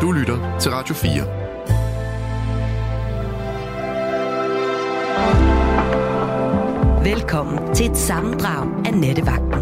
Du lytter til Radio 4. Velkommen til et sammendrag af Nattevagten.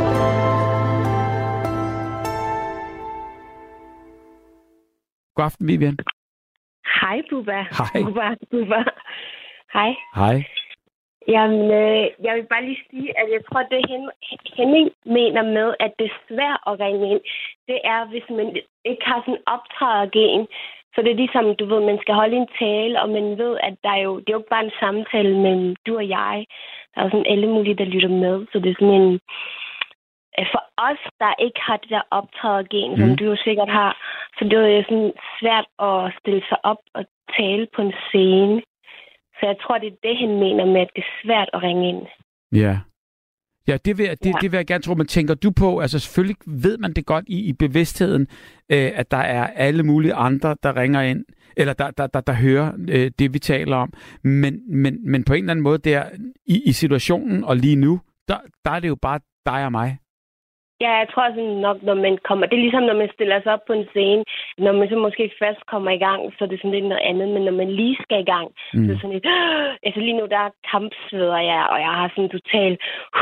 God aften, Vivian. Hej, Bubba. Hej. Bubba. Hej. Hej. Jamen, jeg vil bare lige sige, at jeg tror, det Henning mener med, at det er svært at ringe ind, det er, hvis man ikke har sådan en optrædergen. Så det er ligesom, du ved, man skal holde en tale, og man ved, at det er jo ikke bare en samtale mellem du og jeg. Der er jo sådan alle mulige, der lytter med. Så det er sådan en... For os, der ikke har det der optrædergen, som du jo sikkert har, så det er jo sådan svært at stille sig op og tale på en scene. Så jeg tror, det er det, han mener med, at det er svært at ringe ind. Ja. Ja, det vil jeg gerne tro. Men tænker du på, altså selvfølgelig ved man det godt i bevidstheden, at der er alle mulige andre, der ringer ind, eller der hører det, vi taler om. Men på en eller anden måde, der i situationen og lige nu, der er det jo bare dig og mig. Ja, jeg tror sådan nok, når man kommer... Det er ligesom, når man stiller sig op på en scene. Når man så måske først kommer i gang, så er det sådan lidt noget andet. Men når man lige skal i gang, så er det sådan lidt... Altså lige nu, der er kampsveder, og jeg har sådan totalt...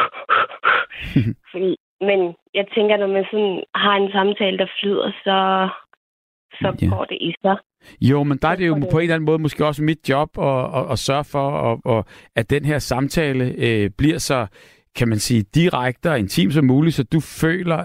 Men jeg tænker, når man sådan har en samtale, der flyder, så går det i sig. Jo, men der er det jo på en eller anden måde måske også mit job at sørge for, at den her samtale bliver så... kan man sige, direkte og intim som muligt, så du føler,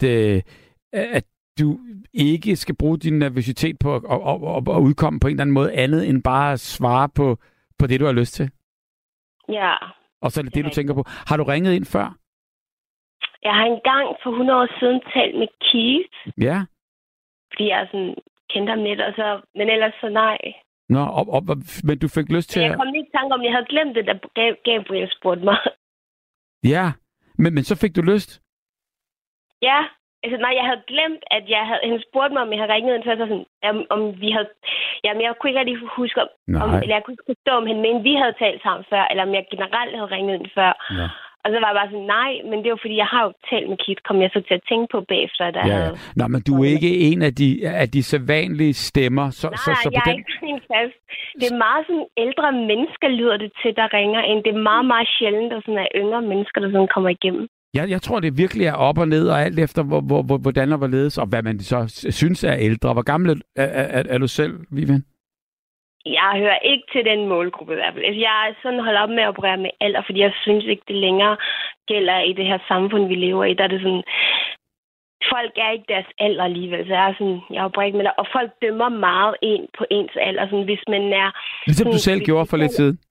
at du ikke skal bruge din nervøsitet på at udkomme på en eller anden måde andet, end bare at svare på det, du har lyst til? Ja. Og så er det, du tænker på. Har du ringet ind før? Jeg har engang for 100 år siden talt med Keith. Ja. Fordi jeg sådan kendte ham lidt, og så, men ellers så nej. Nå, men du fik lyst til Jeg kom lige i tanke om, jeg havde glemt det, da Gabriel spurgte mig. Ja, men så fik du lyst? Ja, altså nej, jeg havde glemt, at han spurgte mig, om jeg havde ringet ind, så sådan, om vi havde... Jamen, jeg kunne ikke rigtig huske, eller jeg kunne ikke forstå, om han mente, vi havde talt sammen før, eller om jeg generelt havde ringet ind før. Ja. Og så var jeg bare sådan, nej, men det er jo fordi, jeg har jo talt med Kit, kom jeg så til at tænke på bagefter, der havde... Nå, men du er ikke en af de sædvanlige stemmer, så jeg er ikke sådan en fast. Det er meget sådan ældre mennesker, lyder det til, der ringer ind. Det er meget, meget sjældent, at sådan er yngre mennesker, der sådan kommer igennem. Jeg tror, det virkelig er op og ned, og alt efter, hvordan og hvorledes, og hvad man så synes er ældre. Hvor gammel er du selv, Vivian? Jeg hører ikke til den målgruppe i hvert fald. Altså, jeg er sådan holdt op med at operere med alder, fordi jeg synes ikke, det længere gælder i det her samfund, vi lever i. Der er det sådan, folk er ikke deres alder alligevel, så jeg opererer ikke med det. Og folk dømmer meget ind på ens alder, sådan, hvis man er... Ligesom du selv gjorde for lidt siden.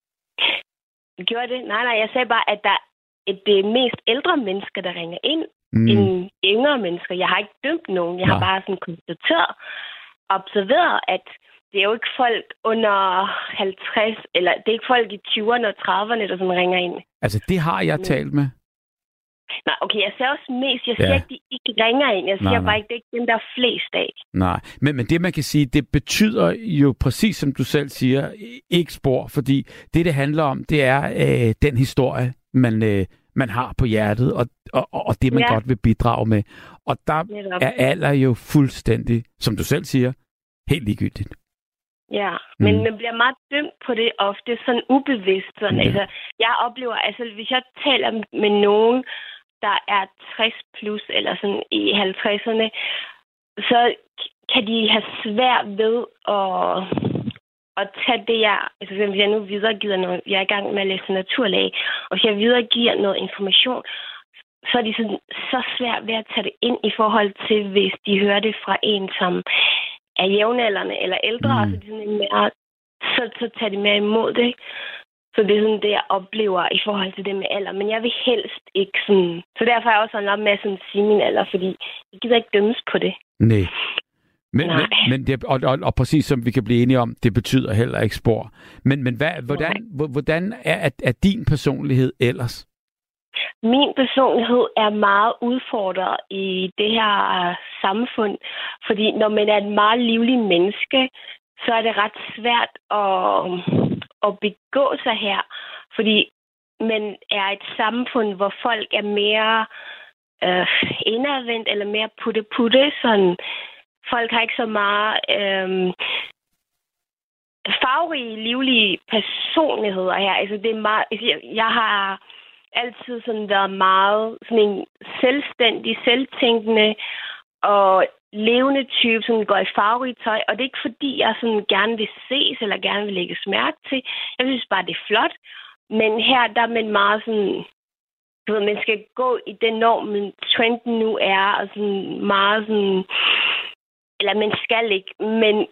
Gjorde det? Nej, jeg sagde bare, at det er mest ældre mennesker, der ringer ind, end yngre mennesker. Jeg har ikke dømt nogen. Jeg har bare sådan konstateret, observeret, at det er jo ikke folk under 50, eller det er ikke folk i 20'erne og 30'erne, der sådan ringer ind. Altså, det har jeg talt med. Nej, okay, jeg siger også mest. Jeg siger ikke, de ikke ringer ind. Jeg siger bare ikke, det er ikke dem, der er flest af. Nej, men det man kan sige, det betyder jo præcis, som du selv siger, ikke spor, fordi det handler om, det er den historie, man har på hjertet, og det, man godt vil bidrage med. Og der er alder jo fuldstændig, som du selv siger, helt ligegyldigt. Ja, men man bliver meget dømt på det ofte, sådan ubevidst. Sådan. Ja. Altså, jeg oplever, altså hvis jeg taler med nogen, der er 60 plus, eller sådan i 50'erne, så kan de have svært ved at tage det, altså hvis jeg nu videregiver noget, jeg er i gang med at læse naturlæge, og hvis jeg videregiver noget information, så er de sådan, så svært ved at tage det ind i forhold til, hvis de hører det fra en, som er jævnaldrende eller ældre, så, de sådan mere, så tager de mere imod det. Så det er sådan det, jeg oplever i forhold til det med alder. Men jeg vil helst ikke sådan... Så derfor er jeg også sådan op med at sige min alder, fordi jeg gider ikke dømmes på det. Nej. Men det, og præcis som vi kan blive enige om, det betyder heller ikke spor. Men hvordan er din personlighed ellers? Min personlighed er meget udfordret i det her samfund, fordi når man er et meget livlig menneske, så er det ret svært at begå sig her, fordi man er et samfund, hvor folk er mere indadvendt eller mere putte, sådan folk har ikke så meget farverige, livlige personligheder her. Altså, det er meget... Jeg har altid sådan været meget sådan en selvstændig, selvtænkende og levende type, som går i farverige tøj. Og det er ikke fordi, jeg sådan gerne vil ses eller gerne vil lægges mærke til. Jeg synes bare, det er flot. Men her, der er man meget sådan... Du ved, man skal gå i den norm, trenden nu er, og sådan meget sådan... Eller man skal ikke, men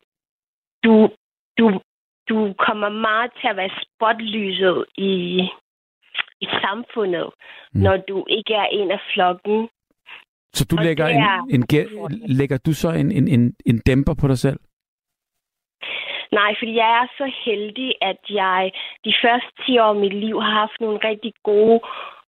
du kommer meget til at være spotlyset i samfundet, når du ikke er en af flokken. Så du lægger du så en dæmper på dig selv? Nej, fordi jeg er så heldig, at jeg de første 10 år af mit liv har haft nogle rigtig gode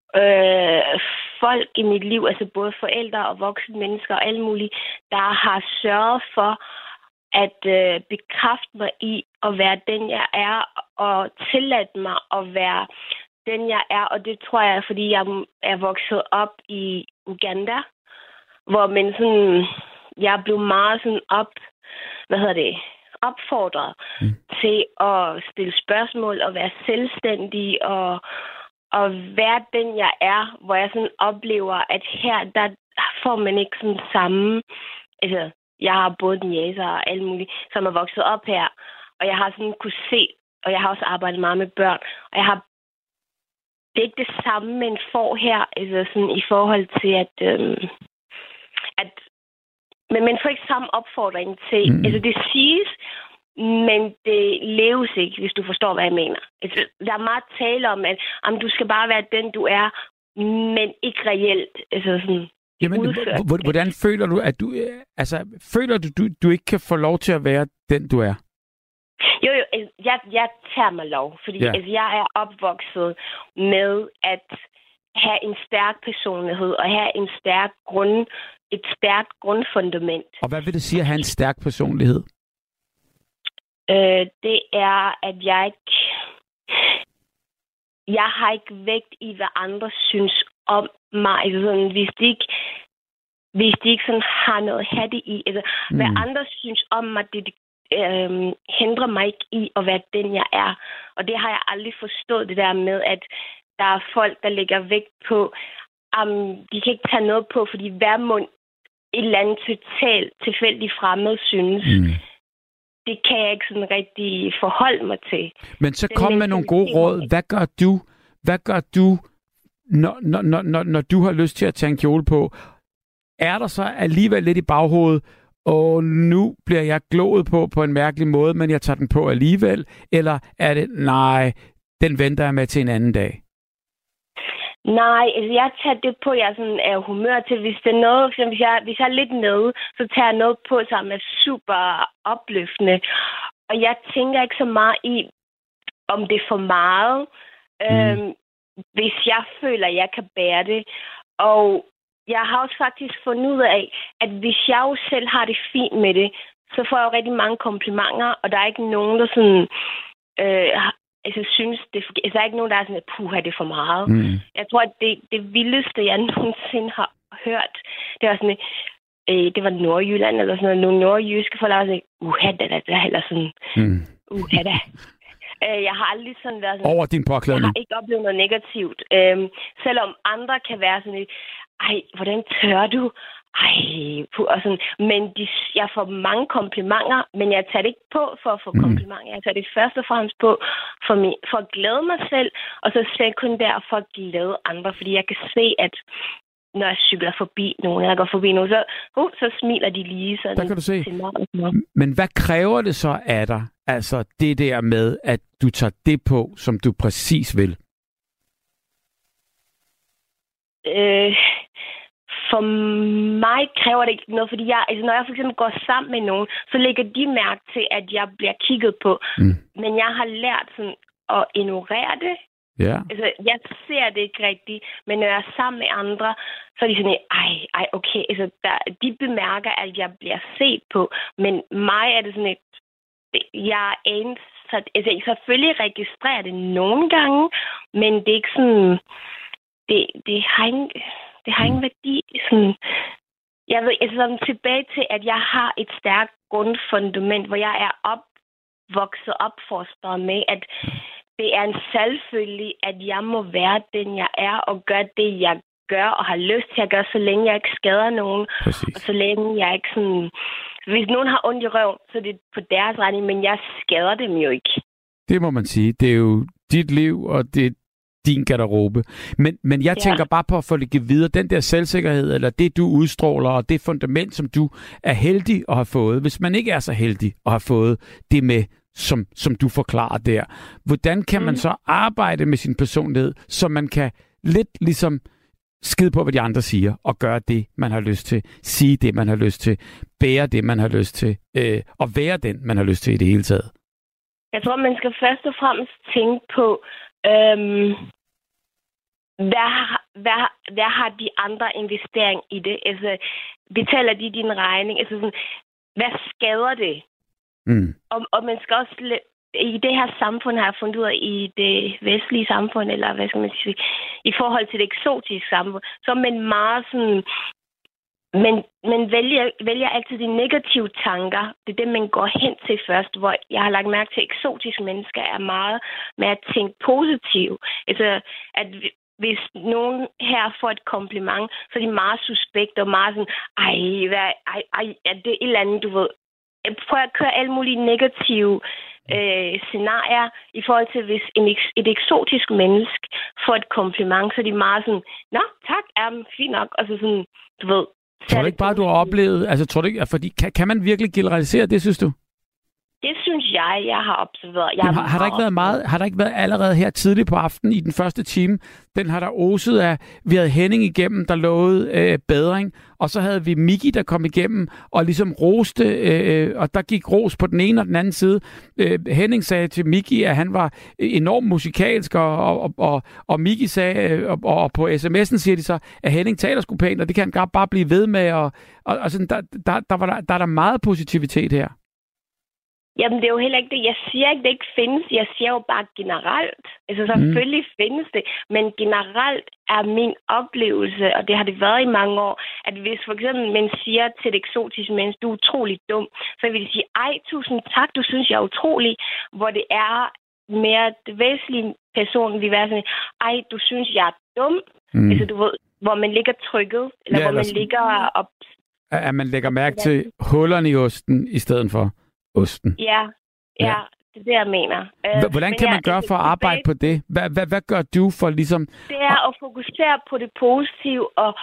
folk i mit liv, altså både forældre og voksne mennesker og alle mulige, der har sørget for at bekræfte mig i at være den, jeg er, og tillade mig at være den, jeg er. Og det tror jeg, fordi jeg er vokset op i Uganda, hvor man sådan, jeg blev meget sådan opfordret til at stille spørgsmål og være selvstændig og være den, jeg er, hvor jeg sådan oplever, at her, der får man ikke sådan samme... Altså, jeg har både niæser og alt muligt, som er vokset op her, og jeg har sådan kunne se, og jeg har også arbejdet meget med børn, og det er ikke det samme, man får her, altså sådan i forhold til, at men man får ikke samme opfordring til, altså det siges, men det leves ikke, hvis du forstår, hvad jeg mener. Altså, der er meget tale om, at du skal bare være den, du er, men ikke reelt. Altså sådan, jamen, hvordan føler du, at føler du ikke kan få lov til at være den, du er? Jo, jeg tager mig lov, fordi altså, jeg er opvokset med at have en stærk personlighed og have et stærkt grundfundament. Og hvad vil det sige at have en stærk personlighed? Det er, at jeg har ikke vægt i, hvad andre synes om mig. Altså, hvis de ikke sådan har noget hat i. Altså, hvad andre synes om mig, det hindrer mig ikke i at være den, jeg er. Og det har jeg aldrig forstået, det der med, at der er folk, der lægger vægt på, de kan ikke tage noget på, fordi hver mund et eller andet totalt tilfældigt fremmed synes. Det kan jeg ikke sådan rigtig forholde mig til. Men så kom med nogle gode råd. Hvad gør du, når du har lyst til at tage en kjole på? Er der så alligevel lidt i baghovedet, og nu bliver jeg glået på en mærkelig måde, men jeg tager den på alligevel? Eller er det, nej, den venter jeg med til en anden dag? Nej, altså jeg tager det på, jeg sådan er humør til. Hvis det er noget, hvis jeg er lidt nede, så tager jeg noget på, som er super opløftende. Og jeg tænker ikke så meget i, om det er for meget, hvis jeg føler, at jeg kan bære det. Og jeg har også faktisk fundet ud af, at hvis jeg jo selv har det fint med det, så får jeg jo rigtig mange komplimenter, og der er ikke nogen, der sådan... synes, der er ikke nogen, der er sådan, at puha, det er for meget. Jeg tror, at det vildeste, jeg nogensinde har hørt, det var sådan, det var Nordjylland, eller sådan noget, nogle nordjyske folk, der var sådan, da, eller sådan, da. Jeg har aldrig sådan været sådan... Over din påklædning? Jeg har ikke oplevet noget negativt. Selvom andre kan være sådan, hvordan tør du? Og sådan. Men jeg får mange komplimenter, men jeg tager det ikke på for at få komplimenter. Jeg tager det først og fremmest på for at glæde mig selv, og så selv kun der for at glæde andre, fordi jeg kan se, at når jeg cykler forbi nogen, eller går forbi nogen, så smiler de lige sådan. Der kan du se. Men hvad kræver det så af dig? Altså det der med, at du tager det på, som du præcis vil? For mig kræver det ikke noget, fordi når jeg for eksempel går sammen med nogen, så lægger de mærke til, at jeg bliver kigget på. Men jeg har lært sådan at ignorere det. Yeah. Altså, jeg ser det ikke rigtigt, men når jeg er sammen med andre, så er de sådan, okay. Altså, de bemærker, at jeg bliver set på, men mig er det sådan jeg selvfølgelig registrerer det nogle gange, men det er ikke sådan, det har ingen værdi. Sådan, Jeg ved, altså tilbage til, at jeg har et stærkt grundfundament, hvor jeg er vokset opfostret med, at det er en selvfølgelig, at jeg må være den, jeg er, og gøre det, jeg gør, og har lyst til at gøre, så længe jeg ikke skader nogen. Præcis. Og så længe jeg ikke sådan... Hvis nogen har ondt i røven, så er det på deres regning, men jeg skader dem jo ikke. Det må man sige. Det er jo dit liv, og det er din garderobe. Men jeg tænker bare på at få det videre. Den der selvsikkerhed, eller det du udstråler, og det fundament, som du er heldig at have fået. Hvis man ikke er så heldig at have fået det med, som du forklarer der. Hvordan kan man så arbejde med sin personlighed, så man kan lidt ligesom skide på, hvad de andre siger, og gøre det, man har lyst til, sige det, man har lyst til, bære det, man har lyst til, og være den, man har lyst til i det hele taget? Jeg tror, man skal først og fremmest tænke på, hvad har de andre investering i det? Altså, betaler de din regning? Altså, sådan, hvad skader det? Og man skal også... I det her samfund har jeg fundet ud af, i det vestlige samfund, eller hvad skal man sige, i forhold til det eksotiske samfund, så er man meget sådan... Man vælger altid de negative tanker. Det er det, man går hen til først, hvor jeg har lagt mærke til, at eksotiske mennesker er meget med at tænke positivt. Altså, at hvis nogen her får et kompliment, så er de meget suspekte og meget sådan, er det et eller andet, du ved. Jeg prøver at køre alle mulige negative scenarier i forhold til, hvis et eksotisk menneske får et kompliment, så er de meget sådan, nå, tak, fint nok. Og så sådan, du ved. Tror du ikke bare, du har oplevet, altså tror du ikke, fordi kan man virkelig generalisere det, synes du? Det synes jeg har observeret. Har der ikke været allerede her tidligt på aftenen i den første time, den har der oset af, vi havde Henning igennem, der lovede bedring, og så havde vi Miki, der kom igennem og ligesom roste, og der gik ros på den ene og den anden side. Henning sagde til Miki, at han var enormt musikalsk, og Miki sagde, og på sms'en siger de så, at Henning taler sgu pænt, og det kan han bare blive ved med, og sådan, der er der meget positivitet her. Jamen, det er jo heller ikke det. Jeg siger ikke, det ikke findes. Jeg siger jo bare generelt. Altså, selvfølgelig findes det. Men generelt er min oplevelse, og det har det været i mange år, at hvis for eksempel man siger til et eksotisk menneske, du er utrolig dum, så vil de sige, tusind tak, du synes, jeg er utrolig. Hvor det er mere det væsentlige person, vil være sådan, du synes, jeg er dum. Altså, du ved, hvor man ligger trykket, eller hvor man ligger op. At man lægger mærke til hullerne i osten i stedet for osten. Ja, det er det, jeg mener. Hvordan kan man gøre for at arbejde på det? Hvad gør du for ligesom... Det er at fokusere på det positive og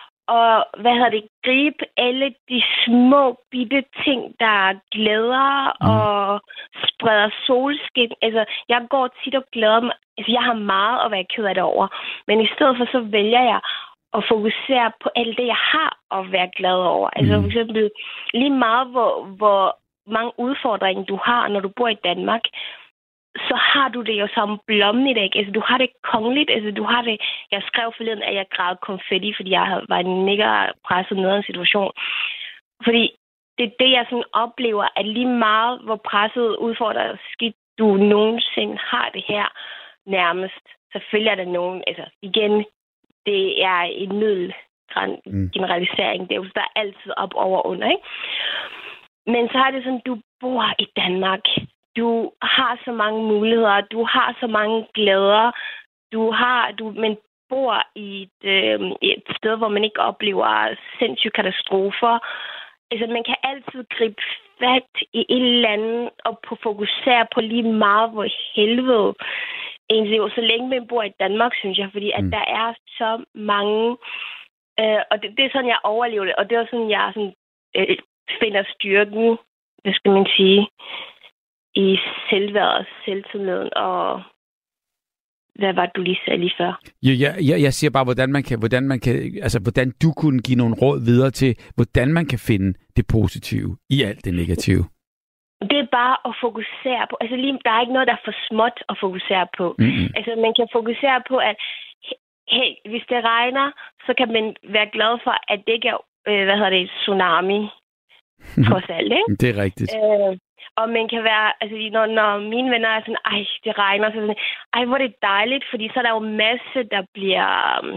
gribe alle de små bitte ting, der glæder og spreder solskin. Altså, jeg går tit og glæder mig. Altså, jeg har meget at være ked af det over. Men i stedet for, så vælger jeg at fokusere på alt det, jeg har at være glad over. Altså, for eksempel lige meget, hvor mange udfordringer du har, når du bor i Danmark, så har du det jo som blommen i dag. Altså, du har det kongeligt. Altså, du har det... Jeg skrev forleden, at jeg græd konfetti, fordi jeg var en mega presset ned i en situation. Fordi det er det, jeg sådan oplever, at lige meget, hvor presset udfordrer skidt, du nogensinde har det her nærmest. Selvfølgelig er der nogen... Altså, igen, det er en generalisering. Det er jo, der er altid op over under, ikke? Men så er det sådan, du bor i Danmark. Du har så mange muligheder. Du har så mange glæder. Men bor i et sted, hvor man ikke oplever sindssyge katastrofer. Altså, man kan altid gribe fat i et eller andet og fokusere på lige meget, hvor helvede ens liv. Så længe man bor i Danmark, synes jeg, fordi at der er så mange... og det er sådan, jeg overlever det. Og det er sådan, jeg sådan... finder styrken, hvad skal man sige, i selvværd og selvtilliden, og hvad var det, du lige sagde lige før? Jeg siger bare, hvordan du kunne give nogle råd videre til, hvordan man kan finde det positive i alt det negative. Det er bare at fokusere på, altså lige, der er ikke noget, der er for småt at fokusere på. Altså man kan fokusere på, at hey, hvis det regner, så kan man være glad for, at det ikke er, tsunami. Trods alt, ikke? Det er rigtigt. Og man kan være, altså når mine venner er sådan, det regner, så sådan, hvor er det dejligt, fordi så er der jo masse, der bliver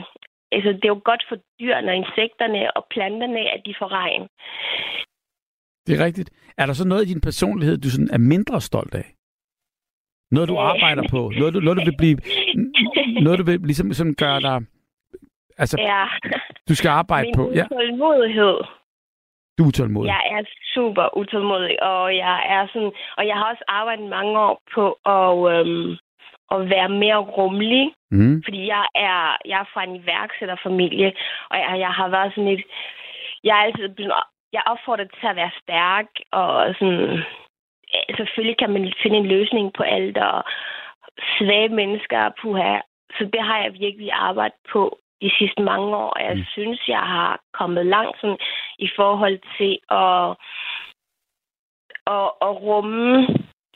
Altså, det er jo godt for dyrene og insekterne og planterne, at de får regn. Det er rigtigt. Er der så noget i din personlighed, du sådan er mindre stolt af? Noget, du arbejder på? Noget, du vil blive... Noget, du vil ligesom gøre dig... Altså, ja. Du skal arbejde på... Min utålmodighed. Du er utålmodig. Jeg er super utålmodig, og jeg har også arbejdet mange år på at være mere rummelig, fordi jeg er fra en iværksætterfamilie, og jeg har været sådan lidt... Jeg er opfordret til at være stærk, og sådan... Selvfølgelig kan man finde en løsning på alt, og svage mennesker, puha. Så det har jeg virkelig arbejdet på de sidste mange år, og jeg synes, jeg har kommet langt sådan, i forhold til at rumme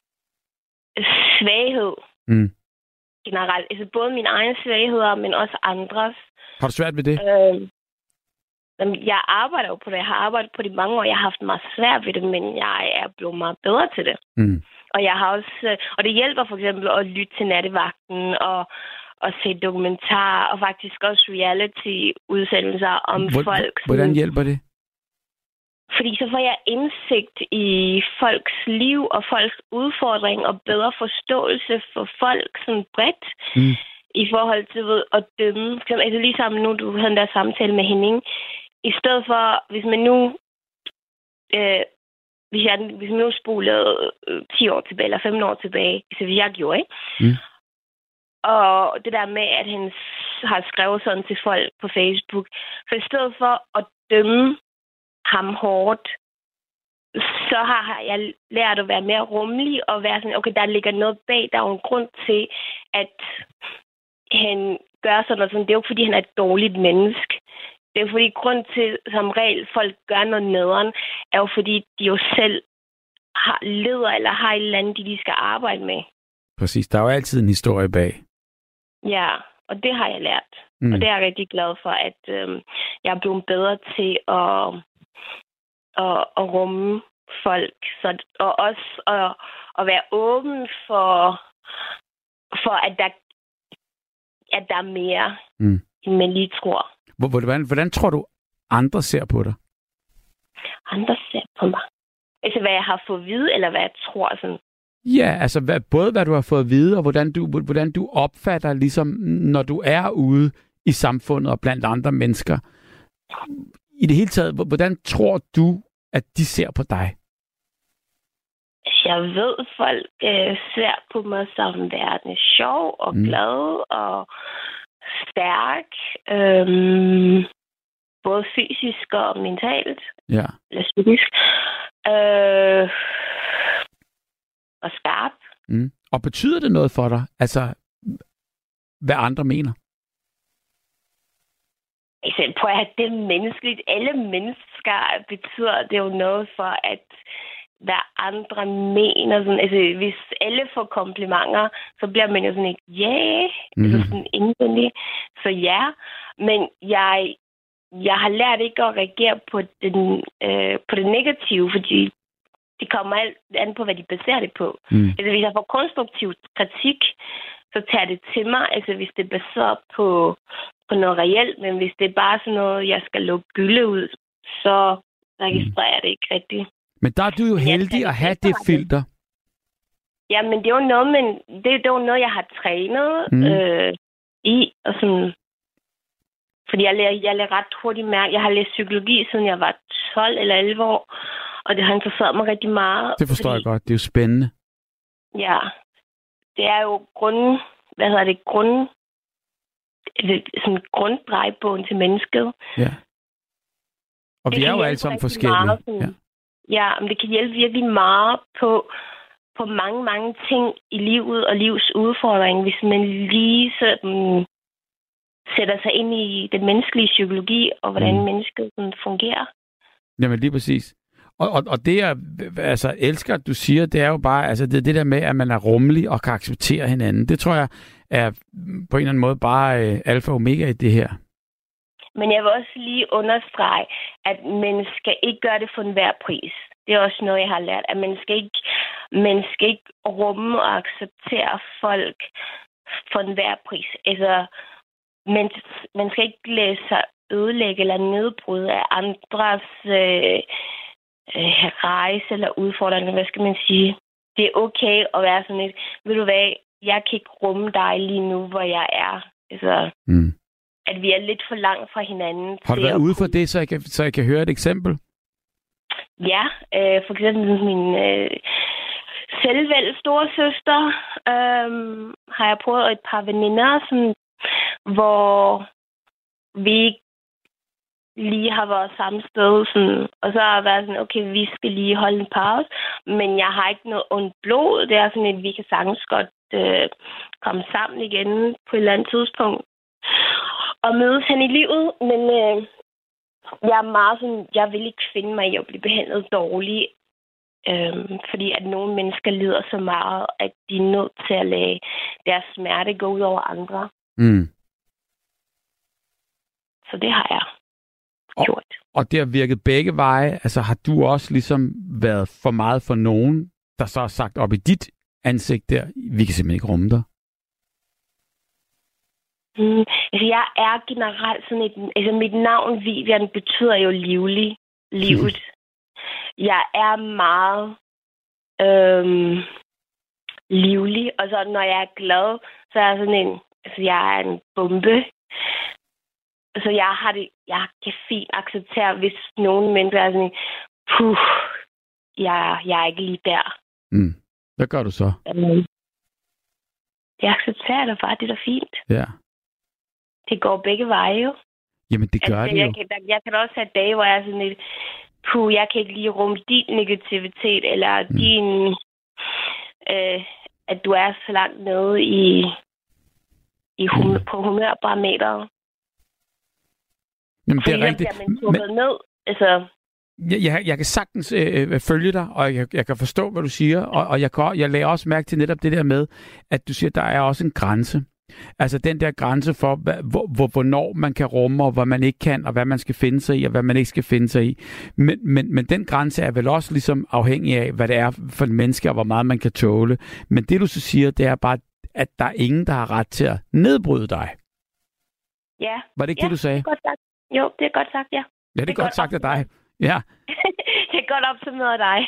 svaghed generelt. Altså både mine egne svagheder, men også andres. Har du svært ved det? Jeg arbejder jo på det. Jeg har arbejdet på det i mange år. Jeg har haft meget svært ved det, men jeg er blevet meget bedre til det. Og jeg har også, og det hjælper for eksempel at lytte til Nattevagten og se dokumentarer og faktisk også reality-udsendelser om folk. Hvordan hjælper det? Fordi så får jeg indsigt i folks liv og folks udfordring og bedre forståelse for folk sådan bredt i forhold til at dømme. Altså ligesom nu, du havde den der samtale med Henning. I stedet for, hvis man nu hvis man nu spolede 10 år tilbage, eller 15 år tilbage, så hvis jeg gjorde, ikke? Og det der med, at han har skrevet sådan til folk på Facebook, så i stedet for at dømme ham hårdt, så har jeg lært at være mere rummelig og være sådan, okay, der ligger noget bag, der er jo en grund til, at han gør sådan noget. Det er jo ikke, fordi han er et dårligt menneske. Det er jo fordi, grund til, som regel, folk gør noget nederen, er jo fordi, de jo selv leder eller har et eller andet, de skal arbejde med. Præcis. Der er jo altid en historie bag. Ja, og det har jeg lært. Og det er jeg rigtig glad for, at jeg er blevet bedre til at rumme folk. Og også at være åben for at der er mere, end man lige tror. Hvordan tror du, andre ser på dig? Andre ser på mig? Altså, hvad jeg har fået at vide, eller hvad jeg tror sådan? Ja, altså både hvad du har fået at vide, og hvordan du opfatter, ligesom når du er ude i samfundet og blandt andre mennesker. I det hele taget, hvordan tror du, at de ser på dig? Jeg ved, folk ser på mig som værende sjov og glad og stærk. Både fysisk og mentalt. Ja. Eller psykisk. Og skarp. Og betyder det noget for dig? Altså, hvad andre mener? Altså, prøv at have det menneskeligt. Alle mennesker betyder det jo noget for, at hvad andre mener. Sådan, altså, hvis alle får komplimenter, så bliver man jo sådan ikke, altså sådan indvendigt. Så ja, men jeg har lært ikke at reagere på det negative, fordi det kommer alt an på, hvad de baserer det på. Altså, hvis jeg får konstruktiv kritik, så tager det til mig, altså hvis det er baseret på noget reelt, men hvis det er bare sådan noget, jeg skal lukke gylde ud, så registrerer jeg det ikke rigtigt. Men der er du jo heldig at have det filter. Ja, men det er jo noget, det er jo noget, jeg har trænet i, og sådan, fordi jeg lærer ret hurtigt mærke. Jeg har læst psykologi, siden jeg var 12 eller 11 år, og det har interesseret mig rigtig meget. Det forstår jeg godt. Det er jo spændende. Ja. Det er jo grunddrejebogen til mennesket. Ja. Og vi er jo alle sammen forskellige. Ja, men det kan hjælpe virkelig meget på mange, mange ting i livet og livs udfordring, hvis man lige sådan sætter sig ind i den menneskelige psykologi, og hvordan mennesket sådan fungerer. Jamen lige præcis. Og det, jeg altså, elsker, at du siger, det er jo bare, altså det der med, at man er rummelig og kan acceptere hinanden. Det tror jeg er på en eller anden måde bare alfa og omega i det her. Men jeg vil også lige understrege, at man skal ikke gøre det for enhver pris. Det er også noget, jeg har lært, at man skal ikke rumme og acceptere folk for enhver pris. Altså, man skal ikke lade sig ødelægge eller nedbryde af andres rejse eller udfordringer. Hvad skal man sige? Det er okay at være sådan et, ved du hvad, jeg kan ikke rumme dig lige nu, hvor jeg er. Altså, at vi er lidt for langt fra hinanden. Har du været ude for det, så jeg kan høre et eksempel? Ja, for eksempel min selvvalgte storesøster har jeg prøvet, og et par veninder, sådan, hvor vi lige har været samme sted, sådan, og så har jeg været sådan, okay, vi skal lige holde en pause, men jeg har ikke noget ondt blod. Det er sådan, at vi kan sagtens godt komme sammen igen på et eller andet tidspunkt og mødes hen i livet, men jeg er meget sådan, jeg vil ikke finde mig i at blive behandlet dårligt, fordi at nogle mennesker lider så meget, at de er nødt til at lade deres smerte gå ud over andre. Så det har jeg gjort. Og det har virket begge veje. Altså har du også ligesom været for meget for nogen, der så har sagt op i dit ansigt der, vi kan simpelthen ikke rumme dig? Altså jeg er generelt sådan et, altså mit navn Vivian betyder jo livlig, livet. Jeg er meget livlig, og så når jeg er glad, så er jeg sådan en, altså jeg er en bombe. Så jeg kan fint acceptere, hvis nogen mennesker er sådan en, jeg er ikke lige der. Hvad gør du så? Jeg accepterer det bare, det er da fint. Ja. Det går begge veje jo. Jamen det gør det jo. Jeg kan også have dage, hvor jeg er sådan lidt, jeg kan ikke lige rumme din negativitet, eller din, at du er så langt nede på humørbarometeret. Jamen det er rigtigt. Ned, altså. Jeg kan sagtens følge dig, og jeg kan forstå, hvad du siger, og jeg lagde også mærke til netop det der med, at du siger, at der er også en grænse. Altså den der grænse for, hvornår man kan rumme, og hvad man ikke kan, og hvad man skal finde sig i, og hvad man ikke skal finde sig i. Men den grænse er vel også ligesom afhængig af, hvad det er for en menneske, og hvor meget man kan tåle. Men det du så siger, det er bare, at der er ingen, der har ret til at nedbryde dig. Ja. Var det ikke det, du sagde? Det er godt sagt. Jo, det er godt sagt, ja. Ja, det er godt sagt af dig. Ja. Det er godt opsummeret af dig.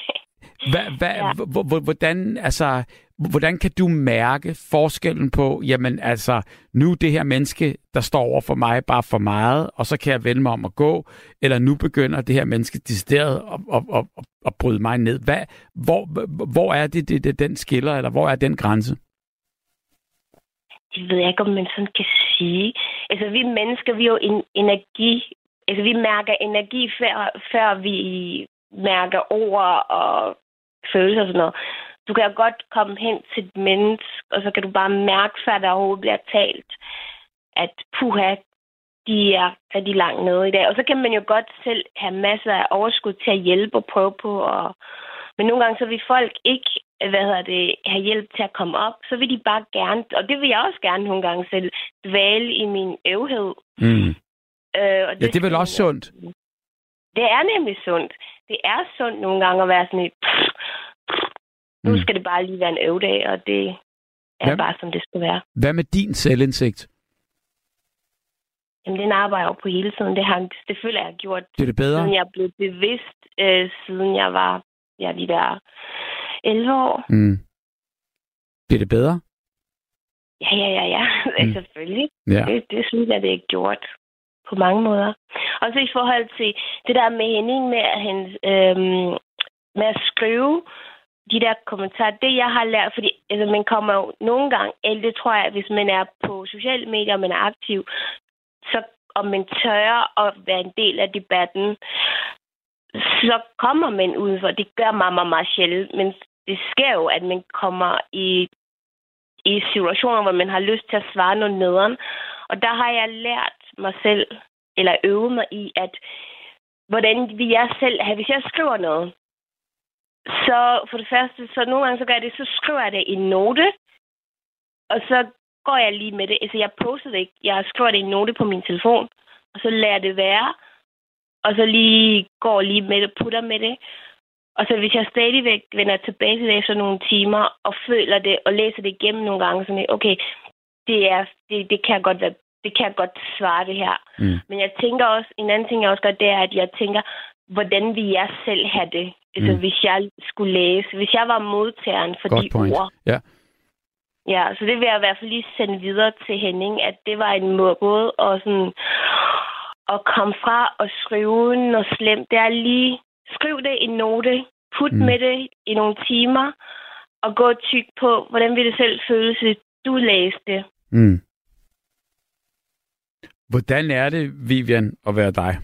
Hvordan kan du mærke forskellen på, jamen altså, nu det her menneske, der står over for mig, bare for meget, og så kan jeg vende mig om at gå, eller nu begynder det her menneske decideret at bryde mig ned. Hvor er det den skiller, eller hvor er den grænse? Det ved jeg ikke, om man sådan kan sige. Altså, vi mennesker, vi er jo energi. Altså, vi mærker energi, før vi mærker ord og følelser og sådan noget. Du kan jo godt komme hen til et menneske, og så kan du bare mærke, før der overhovedet bliver talt, at de er rigtig langt nede i dag. Og så kan man jo godt selv have masser af overskud til at hjælpe og prøve på. Men nogle gange så vil folk ikke have hjælp til at komme op. Så vil de bare gerne, og det vil jeg også gerne nogle gange selv, dvæle i min øvhed. Og det er vel også sundt? Det er nemlig sundt. Det er sundt nogle gange at være sådan et... Nu skal det bare lige være en øvedag, og det er bare, som det skal være. Hvad med din selvindsigt? Jamen, den arbejder jo på hele tiden. Det føler jeg har gjort. Det er det bedre? Siden jeg blev bevidst, siden jeg var de der 11 år. Bliver det bedre? Ja. Selvfølgelig. Ja. Det synes jeg, det er gjort på mange måder. Og så i forhold til det der med Henning med at skrive de der kommentarer, det jeg har lært, fordi altså, man kommer jo nogle gange, eller det tror jeg, hvis man er på sociale medier, og man er aktiv, så om man tør at være en del af debatten, så kommer man udenfor. Det gør mig meget sjældent, men det sker jo, at man kommer i situationer, hvor man har lyst til at svare noget nederen. Og der har jeg lært mig selv, eller øvet mig i, at hvordan vil jeg selv have, hvis jeg skriver noget, så for det første, så nogle gange så gør jeg det, så skriver jeg det i en note, og så går jeg lige med det. Altså jeg poster det ikke, jeg skriver det i en note på min telefon, og så lader det være, og så går lige med det, putter med det. Og så hvis jeg stadigvæk vender tilbage til det efter nogle timer, og føler det, og læser det igennem nogle gange, sådan okay, det kan jeg godt være det kan jeg godt svare det her. Men jeg tænker også, en anden ting jeg også gør, det er, at jeg tænker, hvordan vil jeg selv have det? Altså, hvis jeg skulle læse, hvis jeg var modtageren for godt de point. ord. Ja. Ja, så det vil jeg i hvert fald lige sende videre til Henning, at det var en måde at komme fra og skrive noget slemt. Det er lige, skriv det i en note, put med det i nogle timer, og gå tyk på, hvordan vil det selv føles, hvis du læste det. Hvordan er det, Vivian, at være dig?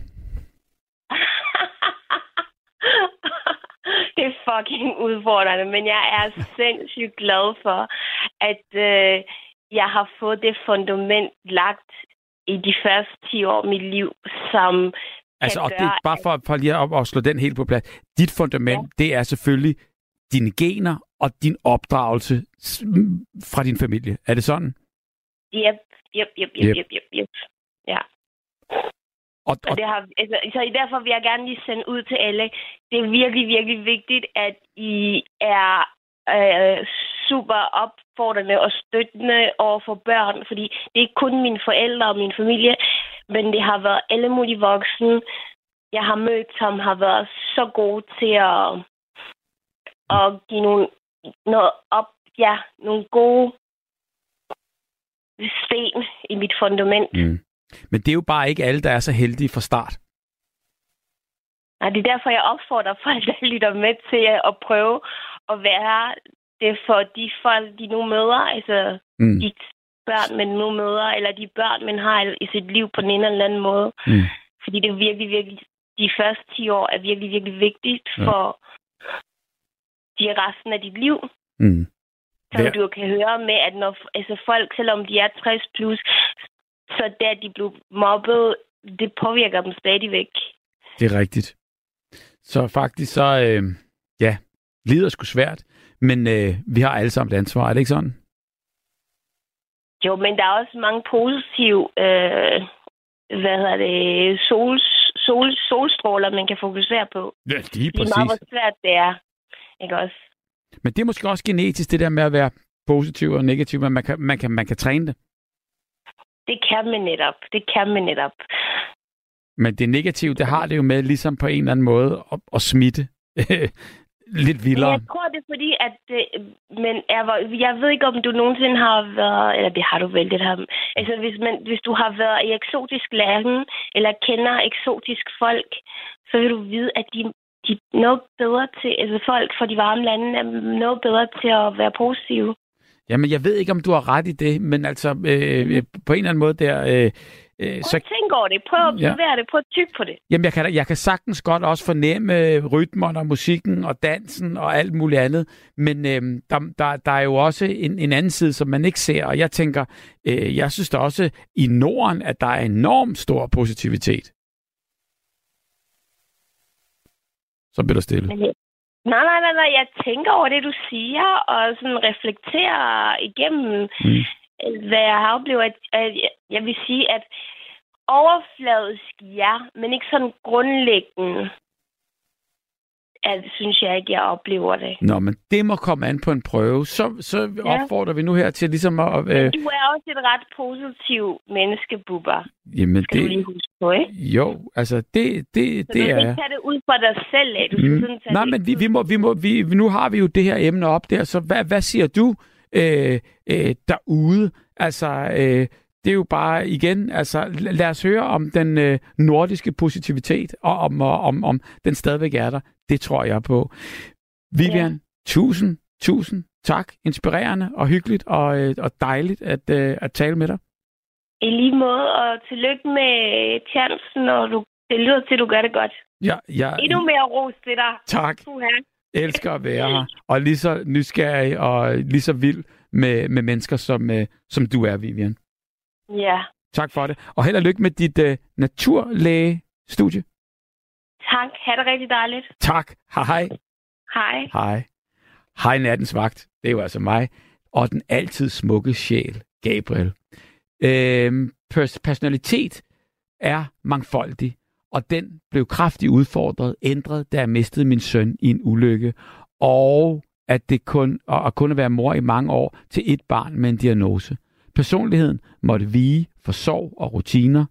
Det er fucking udfordrende, men jeg er sindssygt glad for, at jeg har fået det fundament lagt i de første 10 år af mit liv, som altså, kan og gøre... det er bare for lige at slå den helt på plads. Dit fundament, det er selvfølgelig dine gener og din opdragelse fra din familie. Er det sådan? Yep. Ja. Og det har, altså, så derfor vil jeg gerne lige sende ud til alle. Det er virkelig, virkelig vigtigt, at I er super opfordrende og støttende over for børn, fordi det er ikke kun mine forældre og min familie, men det har været alle mulige voksne, jeg har mødt, som har været så gode til at give nogle gode sten i mit fundament. Men det er jo bare ikke alle, der er så heldige fra start. Nej, det er derfor, jeg opfordrer folk, der lytter med til at prøve at være det for de folk, de nu møder. Altså de børn, man nu møder, eller de børn, man har i sit liv på den ene eller anden måde. Fordi det er virkelig, virkelig... De første 10 år er virkelig, virkelig vigtigt for de resten af dit liv. Så du kan høre med, at når folk, selvom de er 60 plus, så da de blev mobbet, det påvirker dem stadigvæk. Det er rigtigt. Så faktisk så, livet er sgu svært, men vi har alle sammen et ansvar, er det ikke sådan? Jo, men der er også mange positive, solstråler, man kan fokusere på. Ja, det er præcis. Meget, hvor svært det er, ikke også? Men det er måske også genetisk, det der med at være positiv og negativ, men man kan træne det. Det kan man netop. Men det negative, det har det jo med ligesom på en eller anden måde at smitte lidt vildere. Jeg tror, det er fordi, at... jeg ved ikke, om du nogensinde har været... Eller det har du vel, det her. Altså, hvis du har været i eksotisk lande, eller kender eksotisk folk, så vil du vide, at de er noget bedre til... Altså, folk fra de varme lande er noget bedre til at være positive. Jamen, jeg ved ikke, om du har ret i det, men altså, på en eller anden måde der... så tænk over det. Prøv at observere det. Prøv at tykke på det. Jamen, jeg kan sagtens godt også fornemme rytmerne og musikken og dansen og alt muligt andet, men der er jo også en anden side, som man ikke ser, og jeg tænker, jeg synes da også i Norden, at der er enormt stor positivitet. Så bliver der stille. Nej. Jeg tænker over det, du siger, og sådan reflekterer igennem, hvad jeg har oplevet. At jeg vil sige, at overfladisk, ja, men ikke sådan grundlæggende, at synes jeg ikke, jeg oplever det. Nå, men det må komme an på en prøve. Så opfordrer vi nu her til ligesom at... Du er også et ret positivt menneske, Bubber. Jamen, skal du lige huske på, ikke? Jo, altså det er... Så du skal ikke tage det ud for dig selv, af. Du skal sådan tage nej, men nu har vi jo det her emne op der, så hvad siger du derude? Altså... det er jo bare igen, altså lad os høre om den nordiske positivitet, og om den stadigvæk er der. Det tror jeg på. Vivian, tusind tak. Inspirerende og hyggeligt og dejligt at tale med dig. I lige måde, og tillykke med chancen, og det lyder til, at du gør det godt. Ja. Endnu mere ros til dig. Tak. Elsker at være her, og lige så nysgerrig og lige så vild med mennesker, som du er, Vivian. Ja. Tak for det. Og held og lykke med dit naturlæge-studie. Tak. Ha' det rigtig dejligt. Tak. Hej. Hej. Hej nattens vagt. Det er jo altså mig. Og den altid smukke sjæl, Gabriel. Personalitet er mangfoldig, og den blev kraftigt udfordret, ændret, da jeg mistede min søn i en ulykke. Og at det kun at være mor i mange år til et barn med en diagnose. Personligheden måtte vige for sorg og rutiner,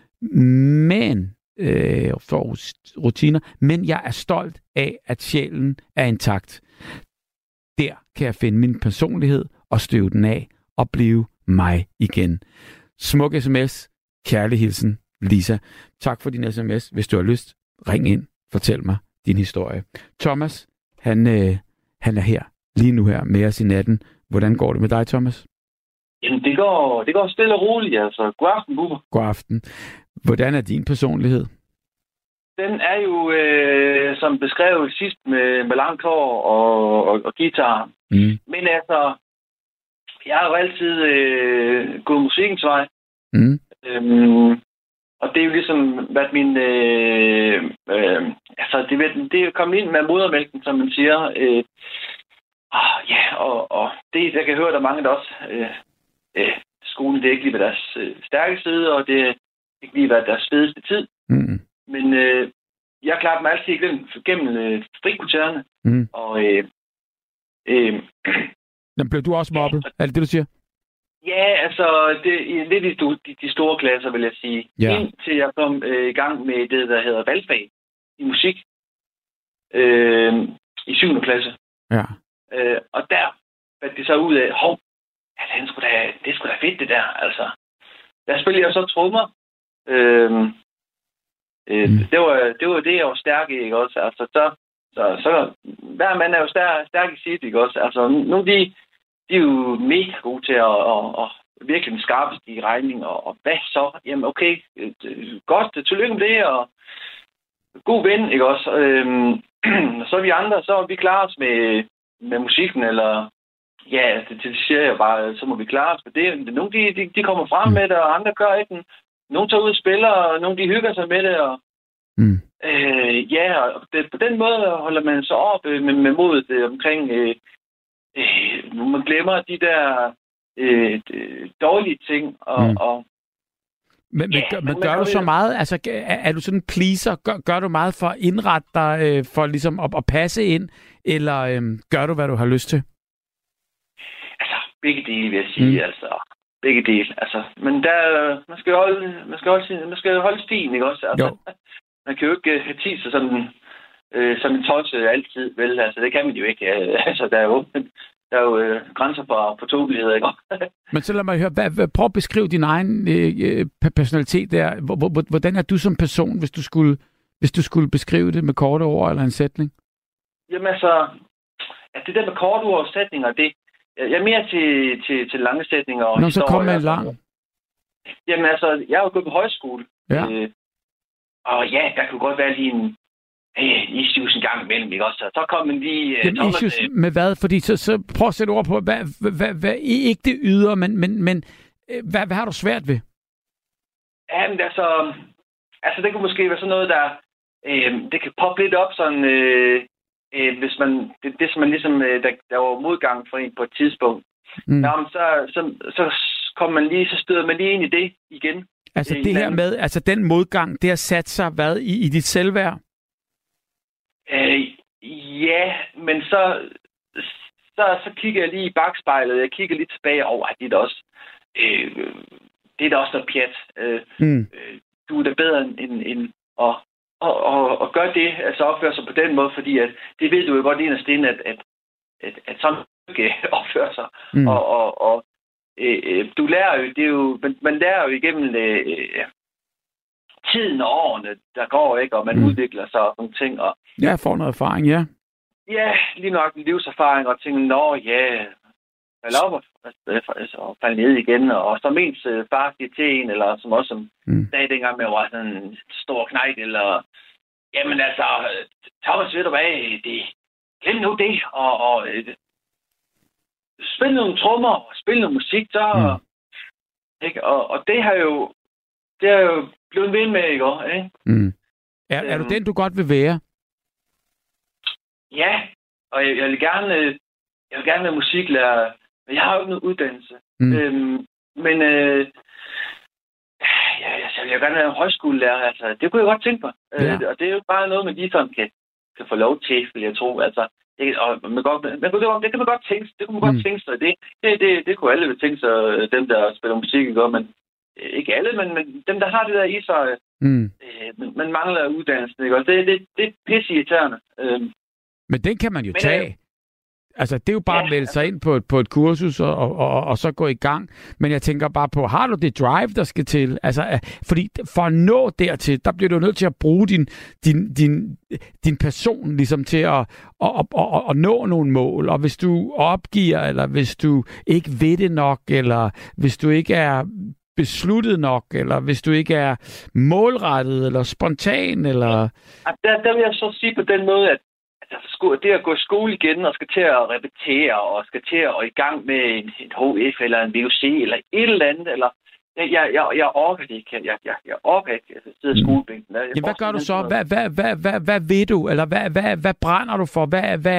men jeg er stolt af, at sjælen er intakt. Der kan jeg finde min personlighed og støve den af og blive mig igen. Smuk sms. Kærlig hilsen, Lisa. Tak for din sms. Hvis du har lyst, ring ind. Fortæl mig din historie. Thomas, han er her lige nu her med os i natten. Hvordan går det med dig, Thomas? Jamen, det går stille og roligt, altså. God aften, Bubber. God aften. Hvordan er din personlighed? Den er jo, som beskrevet sidst, med langt hår og guitar. Mm. Men altså, jeg har jo altid gået musikkens vej. Mm. Og det er jo ligesom været min... altså, det er jo kommet ind med modermælken, som man siger. Og det, jeg kan høre, der er mange, der også... skolen, det er ikke lige været deres stærke side, og det er ikke lige været deres fedeste tid. Mm. Men jeg klarer dem altid gennem frikvartererne. Mm. Og... Jamen, blev du også mobbet? Er det det, du siger? Ja, altså, det er lidt i de store klasser, vil jeg sige. Ja. Indtil jeg kom i gang med det, der hedder valgfag i musik i 7. klasse. Ja. Og der fandt det så ud af, det er sgu da fedt, det der, altså. Der spillede jeg så trommer. Det var det, jeg var stærk i, ikke også? Altså, så hver mand er jo stærk i sit, ikke også? Altså, nogle de er jo mega gode til at virkelig den skarpeste i regning, og hvad så? Jamen, okay, godt, tillykke med det, og god ven, ikke også? Så er vi andre, så er vi klare os med musikken, eller ja, det siger jeg bare, så må vi klare os med det. Nogle, de kommer frem med det, og andre gør ikke. Nogle tager ud og spiller, og nogle, de hygger sig med det, og og på den måde holder man så op med modet omkring, man glemmer de der dårlige ting, og Men gør du så meget, altså er du sådan en pleaser, gør du meget for at indrette dig, for ligesom at passe ind, eller gør du, hvad du har lyst til? Altså, begge dele, vil jeg sige, altså. Begge dele, altså. Men der, man skal holde stilen, ikke også? Altså, man kan jo ikke have tid til sådan en tosse altid, vel? Altså, det kan man jo ikke. Altså, der er jo grænser for tåbelighed, ikke? Men så lad mig høre, prøv at beskrive din egen personalitet der. Hvordan er du som person, hvis du skulle beskrive det med korte ord eller en sætning? Jamen altså, det der med korte ord og sætninger, jeg er mere til lange sætninger og historier. Så kom med en lang. Jamen altså, jeg er jo gået på højskole. Ja. Og ja, der kunne godt være lige en issues en gang imellem, ikke også? Så kom man lige... issues med hvad? Fordi så prøv at sætte ord på, hvad ikke det yder, men hvad har du svært ved? Jamen altså, det kunne måske være sådan noget, der... det kan poppe lidt op sådan... hvis man... Det som man ligesom... Der var modgang for en på et tidspunkt. Jamen, så kommer man lige... Så støder man lige ind i det igen. Altså det her med... Altså den modgang, det har sat sig hvad i dit selvværd? Ja, men så kigger jeg lige i bagspejlet. Jeg kigger lige tilbage over, at det er også noget pjat. Du er da bedre end at gøre det, altså opføre sig på den måde, fordi at det ved du jo godt inderst inde, at sådan ikke opfører sig. Og du lærer jo, det er jo, man lærer jo igennem tiden og årene, der går, ikke, og man udvikler sig og sådan ting. Og jeg får noget erfaring, ja. Ja, lige nok en livserfaring, og tænker, falde op og falde ned igen, og som ens far siger til en, eller som også som dag dengang med, var sådan en stor knejt, eller jamen altså, Thomas, ved du hvad, glem nu det, og spille nogle trommer, spille noget musik, så ikke, og det har jo blevet ved med, ikke? Er du den, du godt vil være? Ja, og jeg vil gerne være musiklærer. Jeg har jo ikke noget uddannelse. Men jeg vil gerne være højskolelærer. Altså, det kunne jeg godt tænke mig. Og det er jo bare noget, man lige sådan kan få lov til, vil jeg tro. Altså, det kan man godt tænke sig. Det kunne alle vel tænke sig, dem der spiller musik, ikke? Men ikke alle, men dem, der har det der i sig, man mangler uddannelsen, ikke? Og det er pisseirriterende. Men den kan man jo tage. Altså, det er jo bare at melde sig ind på et kursus og så gå i gang. Men jeg tænker bare på, har du det drive, der skal til? Altså, fordi for at nå dertil, der bliver du nødt til at bruge din person ligesom til at nå nogle mål. Og hvis du opgiver, eller hvis du ikke ved det nok, eller hvis du ikke er besluttet nok, eller hvis du ikke er målrettet, eller spontan, eller... Der vil jeg så sige på den måde, at det at gå i skole igen, og skal til at repetere, og skal til at i gang med en HF, eller en VUC, eller et eller andet, eller... Jeg orker det ikke. Jeg orker ikke at sidde i skolebænken. Hvad gør du så? Hvad ved du? Eller hvad brænder du for?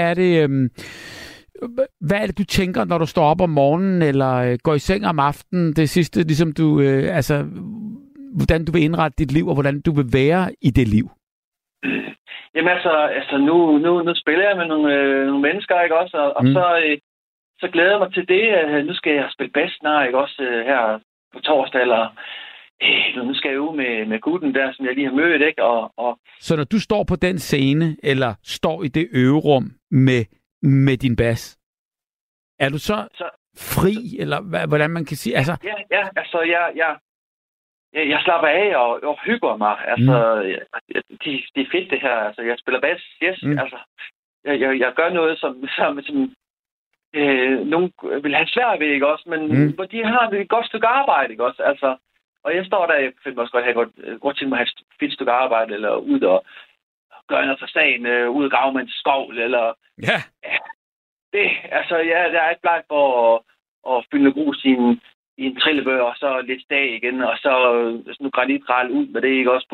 Hvad er det, du tænker, når du står op om morgenen, eller går i seng om aftenen? Det sidste, ligesom du... hvordan du vil indrette dit liv, og hvordan du vil være i det liv? Jamen altså nu spiller jeg med nogle mennesker, ikke også? Og så glæder jeg mig til det. Nu skal jeg spille bas snart, ikke også? Her på torsdag, eller nu skal jeg øve med gutten der, som jeg lige har mødt, ikke? Og... Så når du står på den scene, eller står i det øverum med din bas, er du så fri, eller hvordan man kan sige? Altså... Ja, altså jeg slapper af og hygger mig. Altså, det er fedt det her. Altså, jeg spiller bas, yes. Altså, jeg gør noget, som nogen vil have svært ved, ikke også? Men hvor de har et godt stykke arbejde, ikke også? Altså, og jeg står der, jeg finder også godt til mig at have et fedt stykke arbejde, eller ud og gøre noget for sagen, ud og grave med en skovl, eller... Ja. Det, altså, der er ikke bleg for at fylde grus i en trillebør, og så lidt stag igen, og så sådan granitrall ud med det, ikke også,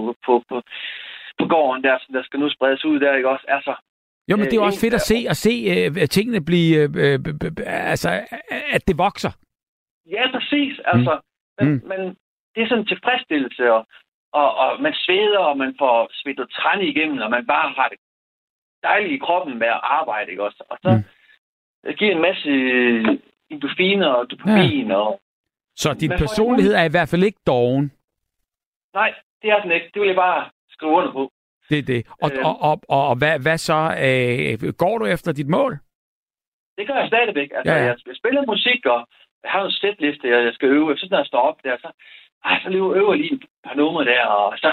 på gården der skal nu spredes ud der, ikke også, altså. Jo, men det er jo også fedt at se tingene blive, altså, at det vokser. Ja, præcis, altså. Men det er sådan en tilfredsstillelse, og man sveder, og man får svedt træn igennem, og man bare har det dejligt i kroppen med at arbejde, ikke også, og så giver en masse endorfiner og dopamin. Og... Så din personlighed er i hvert fald ikke doven? Nej, det er den ikke. Det vil jeg bare skrive under på. Det er det. Og hvad så? Går du efter dit mål? Det gør jeg stadigvæk. Altså, jeg spiller musik, og jeg har en setliste, jeg skal øve. Så når jeg står op der, så øver jeg lige et par numre der, og så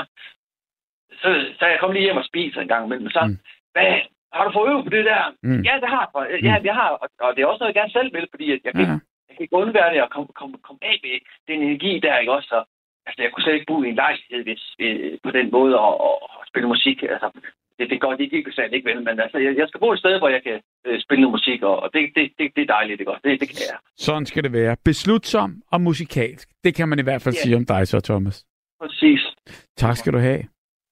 jeg kommet lige hjem og spiser en gang imellem. Så, hvad? Har du fået øvet på det der? Ja, det har jeg. Ja, jeg har. Og det er også noget, jeg gerne selv vil, fordi jeg kan ikke undvære det og komme af med den energi der, ikke også? Så, altså, jeg kunne slet ikke bo i en lejlighed på den måde og spille musik. Altså, det går ikke slet ikke vel, men altså, jeg skal bo et sted, hvor jeg kan spille noget musik, og det er dejligt, det godt. Det kan jeg. Sådan skal det være. Beslutsom og musikalsk. Det kan man i hvert fald sige om dig så, Thomas. Præcis. Tak skal du have.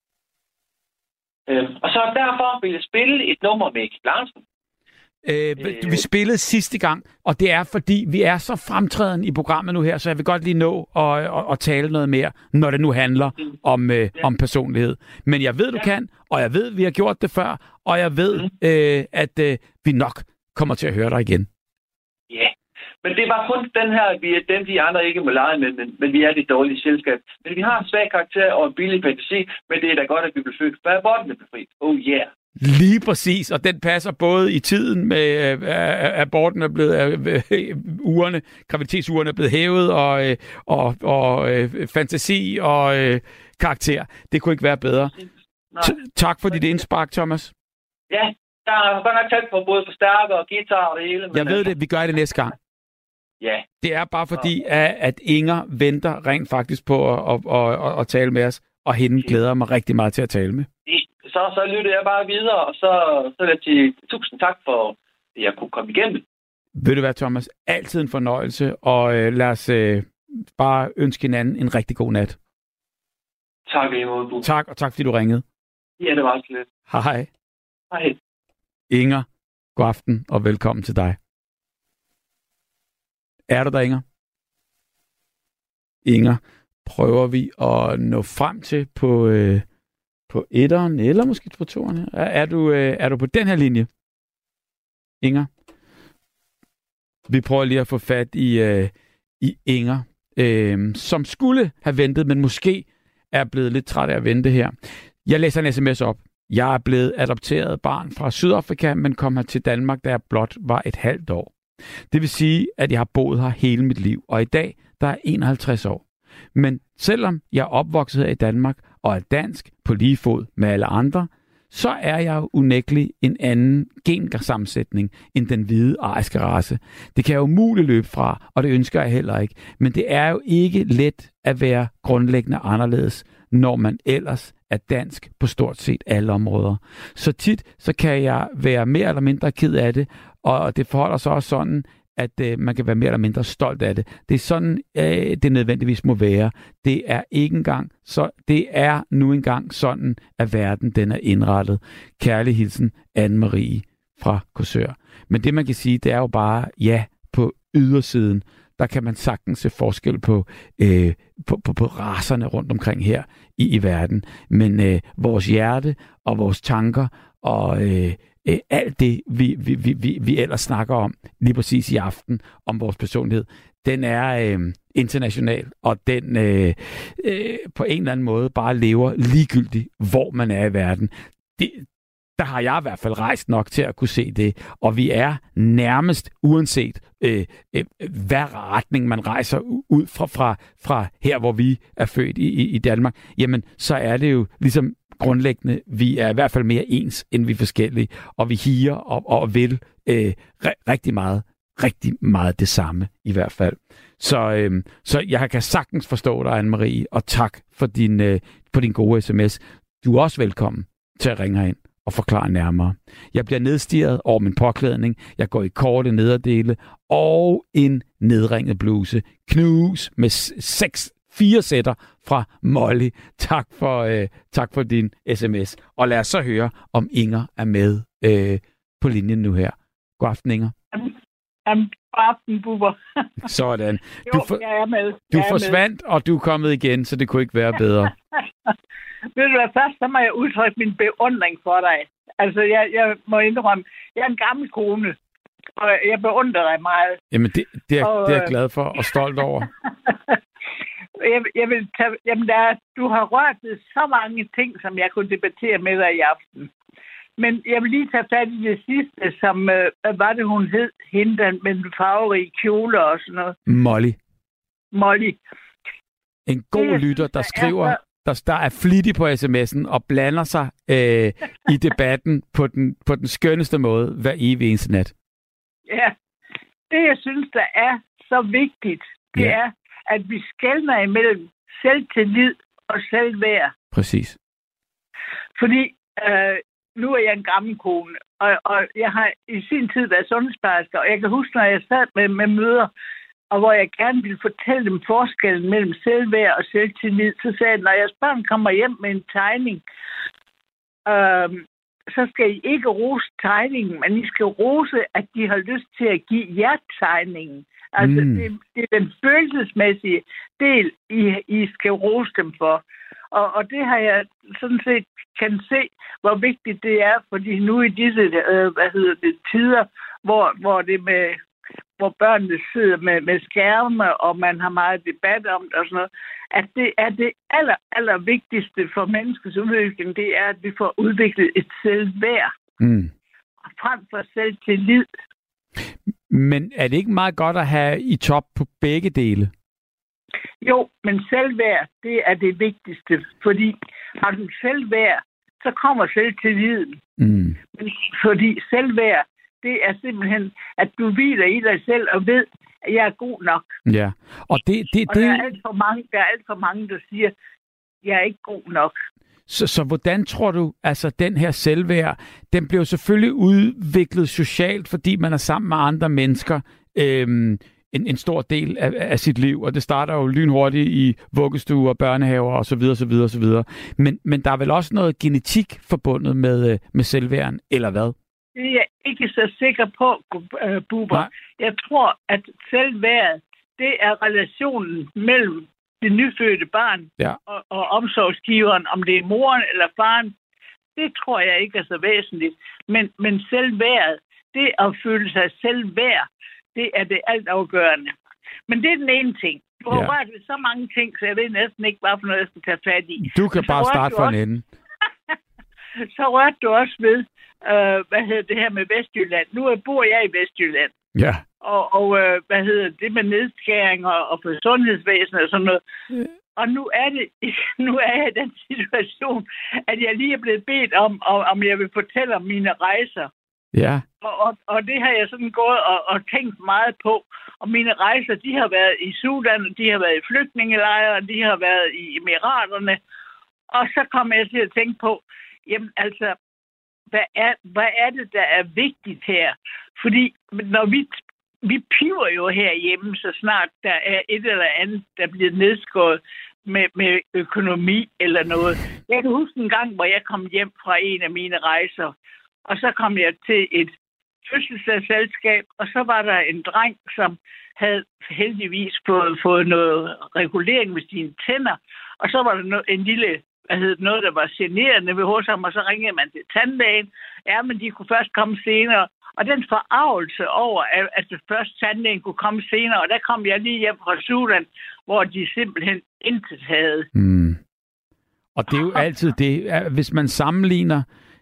Og så derfor vil jeg spille et nummer med Kik Larsen. Vi spillede sidste gang, og det er fordi, vi er så fremtræden i programmet nu her, så jeg vil godt lige nå at tale noget mere, når det nu handler om personlighed. Men jeg ved, du kan, og jeg ved, vi har gjort det før, og jeg ved, at vi nok kommer til at høre dig igen. Ja, men det var kun den her, vi er dem, de andre ikke må lege med, men vi er det dårlige selskab. Men vi har en svag karakter og en billig fantasi, men det er da godt, at vi bliver født. Hvad er aborten befriet? Oh yeah. Lige præcis, og den passer både i tiden med aborten er blevet graviditetsurene er blevet hævet, og fantasi og karakter. Det kunne ikke være bedre. Tak for dit indspark, Thomas. Ja, der er godt nok talt på både forstærker og guitar og det hele. Jeg ved det, vi gør det næste gang. Ja. Det er bare fordi, at Inger venter rent faktisk på at tale med os, og hende glæder mig rigtig meget til at tale med. Så lytter jeg bare videre, og så vil jeg sige tusind tak for, at jeg kunne komme igennem. Ved du hvad, Thomas? Altid en fornøjelse, og lad os bare ønske hinanden en rigtig god nat. Tak i måde, Bu. Tak, og tak fordi du ringede. Ja, det var så lidt. Hej. Hej. Inger, god aften, og velkommen til dig. Er du der, Inger? Inger, prøver vi at nå frem til på etteren, eller måske på toeren. Er du på den her linje? Inger? Vi prøver lige at få fat i Inger. som skulle have ventet, men måske er blevet lidt træt af at vente her. Jeg læser en sms op. Jeg er blevet adopteret barn fra Sydafrika, men kom her til Danmark, da jeg blot var et halvt år. Det vil sige, at jeg har boet her hele mit liv, og i dag der er 51 år. Men selvom jeg er opvokset her i Danmark og er dansk på lige fod med alle andre, så er jeg jo unægtelig en anden gensammensætning end den hvide ariske race. Det kan jeg umuligt løbe fra, og det ønsker jeg heller ikke. Men det er jo ikke let at være grundlæggende anderledes, når man ellers er dansk på stort set alle områder. Så tit så kan jeg være mere eller mindre ked af det, og det forholder sig også sådan, at man kan være mere eller mindre stolt af det. Det er sådan, det nødvendigvis må være. Det er nu engang sådan, at verden den er indrettet. Kærlig hilsen, Anne-Marie fra Korsør. Men det man kan sige, det er jo bare, ja, på ydersiden, der kan man sagtens se forskel på racerne rundt omkring her i verden. Men vores hjerte og vores tanker og alt det, vi ellers snakker om lige præcis i aften, om vores personlighed, den er international, og den på en eller anden måde bare lever ligegyldigt, hvor man er i verden. Der har jeg i hvert fald rejst nok til at kunne se det, og vi er nærmest, uanset hvad retning man rejser ud fra her, hvor vi er født i Danmark, jamen så er det jo ligesom grundlæggende, vi er i hvert fald mere ens, end vi er forskellige, og vi higer og vil rigtig meget det samme i hvert fald. Så jeg kan sagtens forstå dig, Anne-Marie, og tak for din gode sms. Du er også velkommen til at ringe herind og forklare nærmere. Jeg bliver nedstirret over min påklædning. Jeg går i korte nederdele og en nedringet bluse. Knus med 4 sætter fra Molly. Tak for din sms. Og lad os så høre, om Inger er med på linjen nu her. God aften, Inger. God aften, Bubber. Sådan. Jeg er med. Du forsvandt, og du er kommet igen, så det kunne ikke være bedre. Ved du hvad, først så må jeg udtrykke min beundring for dig. Altså, jeg må indrømme, jeg er en gammel kone, og jeg beundrer dig meget. Jamen, det er jeg glad for og stolt over. Jeg vil tage, jamen, du har rørt ved så mange ting, som jeg kunne debattere med dig i aften. Men jeg vil lige tage fat i det sidste, som, hvad var det, hun hed? Hende med den farverige kjole og sådan noget. Molly. En god lytter, der skriver, der er flittig på sms'en og blander sig i debatten på den skønneste måde hver evig eneste nat. Ja, det jeg synes, der er så vigtigt, det er, at vi skelner imellem selvtillid og selvværd. Præcis. Fordi nu er jeg en gammel kone, og jeg har i sin tid været sundhedsplejerske, og jeg kan huske, når jeg sad med møder, og hvor jeg gerne ville fortælle dem forskellen mellem selvværd og selvtillid, så sagde jeg, når jeres børn kommer hjem med en tegning, så skal I ikke rose tegningen, men I skal rose, at de har lyst til at give jer tegningen. Altså, det er den følelsesmæssige del, I skal rose dem for. Og det har jeg sådan set kan se, hvor vigtigt det er, fordi nu i disse tider, hvor børnene sidder med skærme, og man har meget debat om det og sådan noget, at det er det aller vigtigste for menneskets udvikling, det er, at vi får udviklet et selvværd. Frem for selvtillid. Men er det ikke meget godt at have i top på begge dele? Jo, men selvværd, det er det vigtigste, fordi har du selvværd, så kommer selvtilliden. Fordi selvværd, det er simpelthen, at du hviler i dig selv og ved, at jeg er god nok. Ja. Og der er alt for mange, der siger, jeg er ikke god nok. Så hvordan tror du, altså den her selvværd, den bliver selvfølgelig udviklet socialt, fordi man er sammen med andre mennesker en stor del af sit liv, og det starter jo lynhurtigt i vuggestuer, børnehaver og så videre, så videre, så videre. Men der er vel også noget genetik forbundet med selvværden, eller hvad? Det er jeg ikke så sikker på, Bubber. Nej. Jeg tror, at selvværd, det er relationen mellem det nyfødte barn og omsorgsgiveren, om det er moren eller faren. Det tror jeg ikke er så væsentligt. Men selvværd, det at føle sig selvværd, det er det altafgørende. Men det er den ene ting. Du har rørt ved så mange ting, så jeg ved næsten ikke, hvad for noget jeg skal tage fat i. Du kan bare starte fra en ende. Så rørte du også ved, det her med Vestjylland. Nu bor jeg i Vestjylland. Ja. Og det med nedskæringer og for sundhedsvæsenet og sådan noget. Og nu er jeg i den situation, at jeg lige er blevet bedt om jeg vil fortælle om mine rejser. Ja. Og det har jeg sådan gået og tænkt meget på. Og mine rejser, de har været i Sudan, de har været i flygtningelejre, de har været i Emiraterne. Og så kommer jeg til at tænke på, jamen altså, hvad er det, der er vigtigt her? Fordi når vi piver jo herhjemme, så snart der er et eller andet, der bliver nedskåret med økonomi eller noget. Jeg kan huske en gang, hvor jeg kom hjem fra en af mine rejser, og så kom jeg til et fødselsdagsselskab, og så var der en dreng, som havde heldigvis fået noget regulering med sine tænder, og så var der en lille noget, der var generende ved hos ham, og så ringede man til tandlægen. Ja, men de kunne først komme senere. Og den forarvelse over, at det først tandlægen kunne komme senere, og der kom jeg lige hjem fra Sudan, hvor de simpelthen intet havde. Mm. Og det er jo altid det, hvis man sammenligner...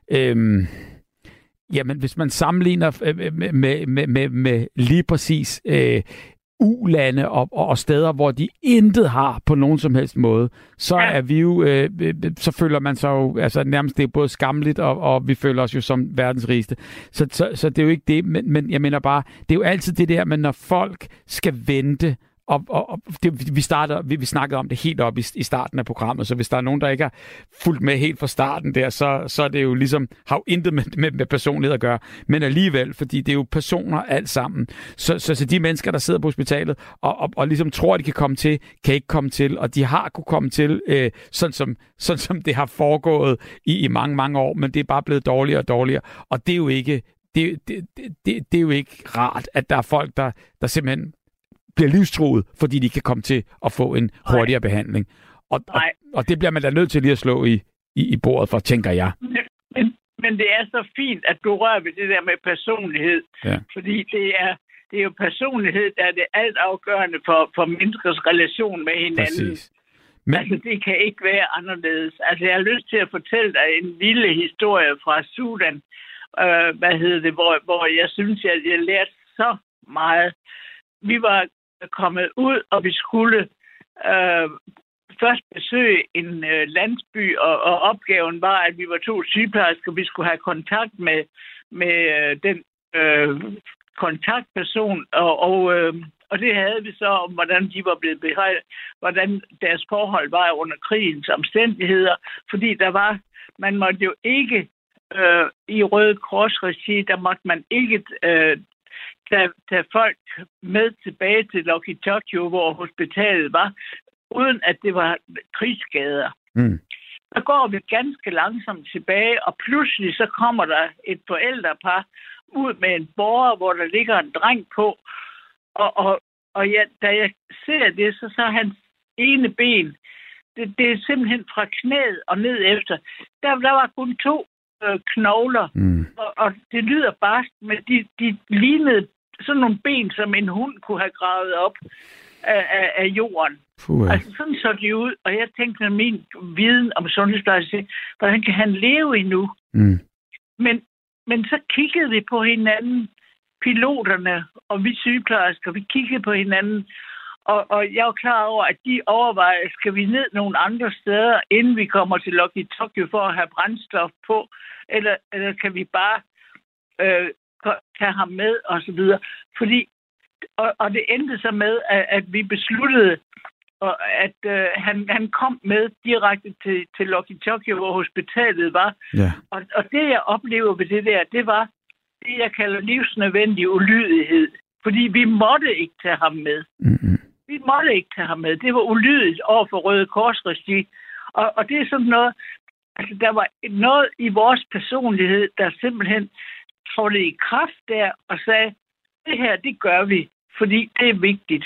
hvis man sammenligner med lige præcis ulande og steder, hvor de intet har på nogen som helst måde, så er vi jo, så føler man sig jo, altså nærmest det er både skamligt, og vi føler os jo som verdens rigeste. Så det er jo ikke det, men jeg mener bare, det er jo altid det der, men når folk skal vente, og det, vi snakkede om det helt op i starten af programmet, så hvis der er nogen, der ikke har fulgt med helt fra starten der, så er det jo ligesom, har jo intet med personlighed at gøre, men alligevel, fordi det er jo personer alt sammen. Så de mennesker, der sidder på hospitalet, og ligesom tror, at de kan komme til, kan ikke komme til, og de har kunne komme til, sådan som det har foregået i mange, mange år, men det er bare blevet dårligere og dårligere, og det er jo ikke, det er jo ikke rart, at der er folk, der simpelthen bliver livstruet, fordi de kan komme til at få en hurtigere behandling. Og det bliver man da nødt til lige at slå i bordet for, tænker jeg. Men det er så fint, at du rører ved det der med personlighed. Ja. Fordi det er jo personlighed, der er det altafgørende for menneskers relation med hinanden. Præcis. Men... Altså, det kan ikke være anderledes. Altså, jeg har lyst til at fortælle dig en lille historie fra Sudan, hvor jeg synes, jeg lærte så meget. Vi var kommet ud, og vi skulle først besøge en landsby, og opgaven var, at vi var 2 sygeplejersker, vi skulle have kontakt med den kontaktperson, og det havde vi så om, hvordan de var blevet behandlet, hvordan deres forhold var under krigens omstændigheder, fordi man måtte jo ikke i Røde Kors-regi, der måtte man ikke tage folk med tilbage til Lokitokyo, hvor hospitalet var, uden at det var krigsskader. Mm. Så går vi ganske langsomt tilbage, og pludselig så kommer der et forældrepar ud med en båre, hvor der ligger en dreng på. Og da jeg ser det, så er hans ene ben, det er simpelthen fra knæet og ned efter. Der var kun 2 knogler, og det lyder barsk, men de lignede sådan nogle ben, som en hund kunne have gravet op af jorden. Altså sådan så de ud, og jeg tænkte med min viden om sundhedsplejerske, hvordan kan han leve endnu? Mm. Men så kiggede vi på hinanden, piloterne og vi sygeplejersker, vi kiggede på hinanden, og jeg var klar over, at de overvejer, skal vi ned nogle andre steder, inden vi kommer til Lokitokyo for at have brændstof på, eller kan vi bare tage ham med, og så videre. Fordi, og det endte så med, at vi besluttede, at han kom med direkte til Lokitokyo, hvor hospitalet var. Ja. Og det, jeg oplever ved det der, det var det, jeg kalder livsnødvendig ulydighed. Fordi vi måtte ikke tage ham med. Mm-hmm. Vi måtte ikke tage ham med. Det var ulydigt over for Røde Kors-regi. Og det er sådan noget, altså der var noget i vores personlighed, der simpelthen trådte i kraft der og sagde, det her, det gør vi, fordi det er vigtigt.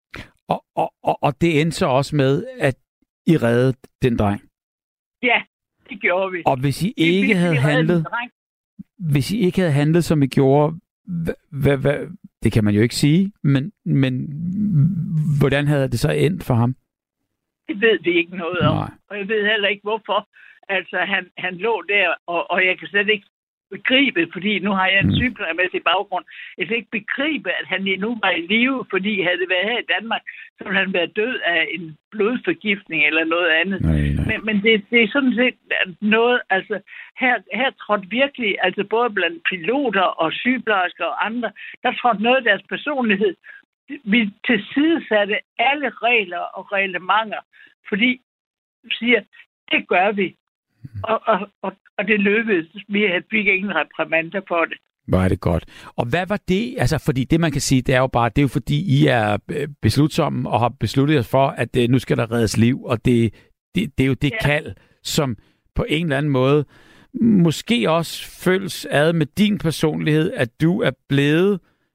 Og det endte så også med, at I reddede den dreng? Ja, det gjorde vi. Og hvis I ikke havde handlet, som I gjorde, Det kan man jo ikke sige, men hvordan havde det så endt for ham? Det ved vi ikke noget om. Nej. Og jeg ved heller ikke, hvorfor. Altså, han lå der, og jeg kan slet ikke begribe, fordi nu har jeg en sygeplejermæssig baggrund. Jeg kan ikke begribe, at han endnu var i live, fordi havde det været her i Danmark, så ville han være død af en blodforgiftning eller noget andet. Nej. Men det er sådan set noget, altså her trådte virkelig, altså både blandt piloter og sygeplejersker og andre, der trådte noget af deres personlighed. Vi tilsidesatte alle regler og reglementer, fordi vi siger, det gør vi. Og det lykkedes. Vi fik ingen reprimander for det. Hvor er det godt. Og hvad var det? Altså, fordi det, man kan sige, det er jo bare, det er jo fordi, I er beslutsomme og har besluttet jer for, at nu skal der reddes liv. Og det er jo det kald, som på en eller anden måde måske også føles ad med din personlighed, at du er blevet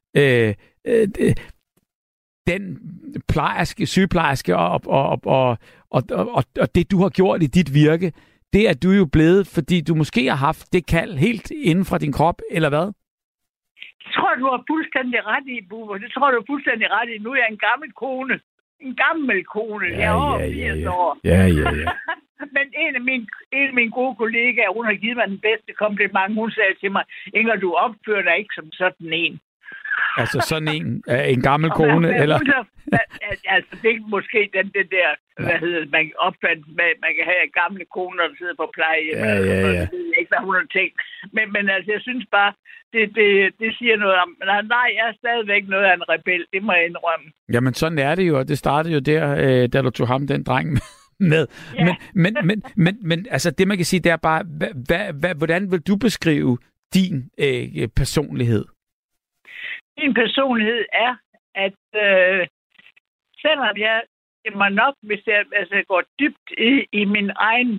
den sygeplejerske og det, du har gjort i dit virke, det er du jo blevet, fordi du måske har haft det kald helt inden fra din krop, eller hvad? Det tror jeg, du har fuldstændig ret i, Bubber. Det tror jeg, du har fuldstændig ret i. Nu er jeg en gammel kone. En gammel kone. Jeg er over 80 år. Ja. Men en af mine gode kollegaer, hun har givet mig den bedste kompliment. Hun sagde til mig, Inger, du opfører dig ikke som sådan en. Altså sådan en gammel kone, eller? Altså, det er måske det der, hvad hedder det, man opfatter med, man kan have gamle koner, der sidder på plejehjem. Ja. Jeg ved ikke, hvad hun har tænkt. Men altså, jeg synes bare, det siger noget om, nej, jeg er stadigvæk noget af en rebel, det må jeg indrømme. Jamen, sådan er det jo, og det startede jo der, da du tog ham, den dreng, med. Ja. Men altså, det man kan sige, det er bare, hvordan vil du beskrive din personlighed? Min personlighed er, at selvom jeg må nok, hvis jeg går dybt i min egen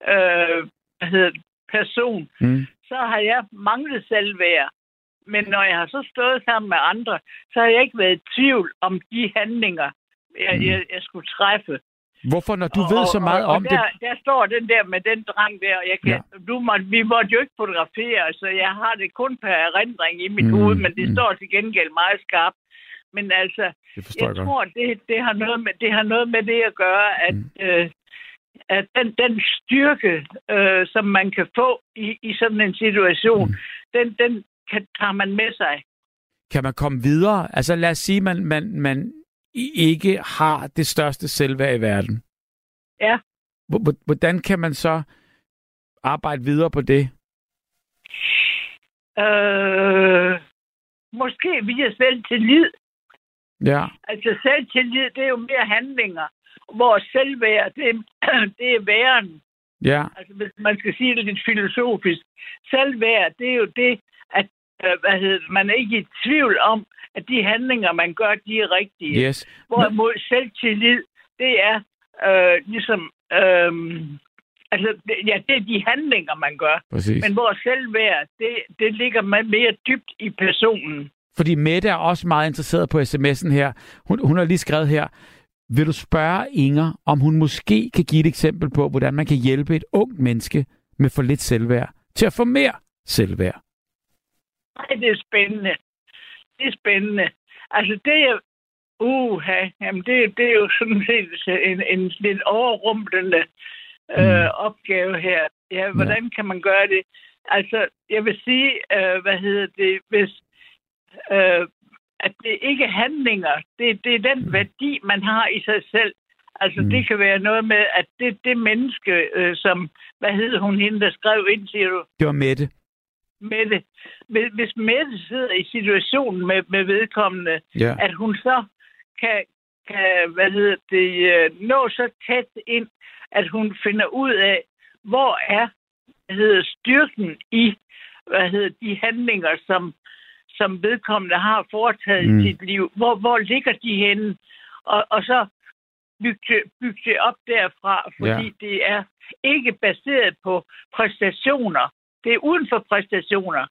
person, så har jeg manglet selvværd. Men når jeg har så stået sammen med andre, så har jeg ikke været i tvivl om de handlinger, jeg skulle træffe. Hvorfor, når du ved så meget om det? Der står den der med den dreng der, og jeg kan, vi måtte jo ikke fotografere, så jeg har det kun per erindring i mit hoved, men det står til gengæld meget skarpt. Men altså, jeg tror, det har noget med det at gøre, at den styrke, som man kan få i sådan en situation, den tager man med sig. Kan man komme videre? Altså lad os sige, man ikke har det største selvværd i verden. Ja. Hvordan kan man så arbejde videre på det? Måske via selvtillid. Ja. Altså selvtillid, det er jo mere handlinger, hvor selvværd, det er væren. Ja. Altså hvis man skal sige det lidt filosofisk. Selvværd, det er jo det, at man er ikke i tvivl om, at de handlinger, man gør, de er rigtige. Yes. Hvorimod selvtillid, det er det er de handlinger, man gør. Præcis. Men hvor selvværd, det ligger mere dybt i personen. Fordi Mette er også meget interesseret på sms'en her. Hun har lige skrevet her, vil du spørge Inger, om hun måske kan give et eksempel på, hvordan man kan hjælpe et ungt menneske med for lidt selvværd til at få mere selvværd? Nej, det er spændende. Det er spændende. Altså, det er det er jo sådan set en lidt overrumplende opgave her. Ja, hvordan kan man gøre det? Altså, jeg vil sige, hvis at det ikke er handlinger, det er den værdi, man har i sig selv. Altså, det kan være noget med, at det menneske, som, hun hende, der skrev ind, siger du? Det var Mette. Mette. Hvis Mette sidder i situationen med vedkommende, at hun så kan nå så tæt ind, at hun finder ud af, hvor er styrken i de handlinger, som vedkommende har foretaget i sit liv. Hvor ligger de henne? Og så bygge det op derfra, fordi det er ikke baseret på præstationer. Det er uden for præstationer.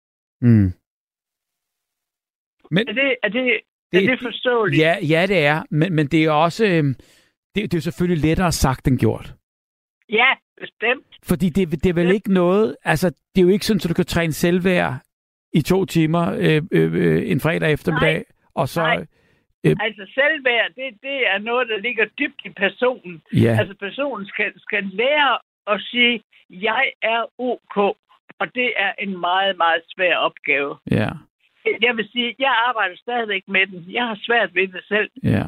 Men er det forståeligt? Ja, det er. Men det er også det er jo selvfølgelig lettere sagt end gjort. Ja, bestemt. Fordi det er vel ikke noget... Altså, det er jo ikke sådan, at du kan træne selvværd i 2 timer en fredag eftermiddag, Og så... Nej. Altså selvværd, det er noget, der ligger dybt i personen. Ja. Altså personen skal lære at sige, jeg er OK, og det er en meget, meget svær opgave. Ja. Jeg vil sige, jeg arbejder stadigvæk med den. Jeg har svært ved det selv. Ja.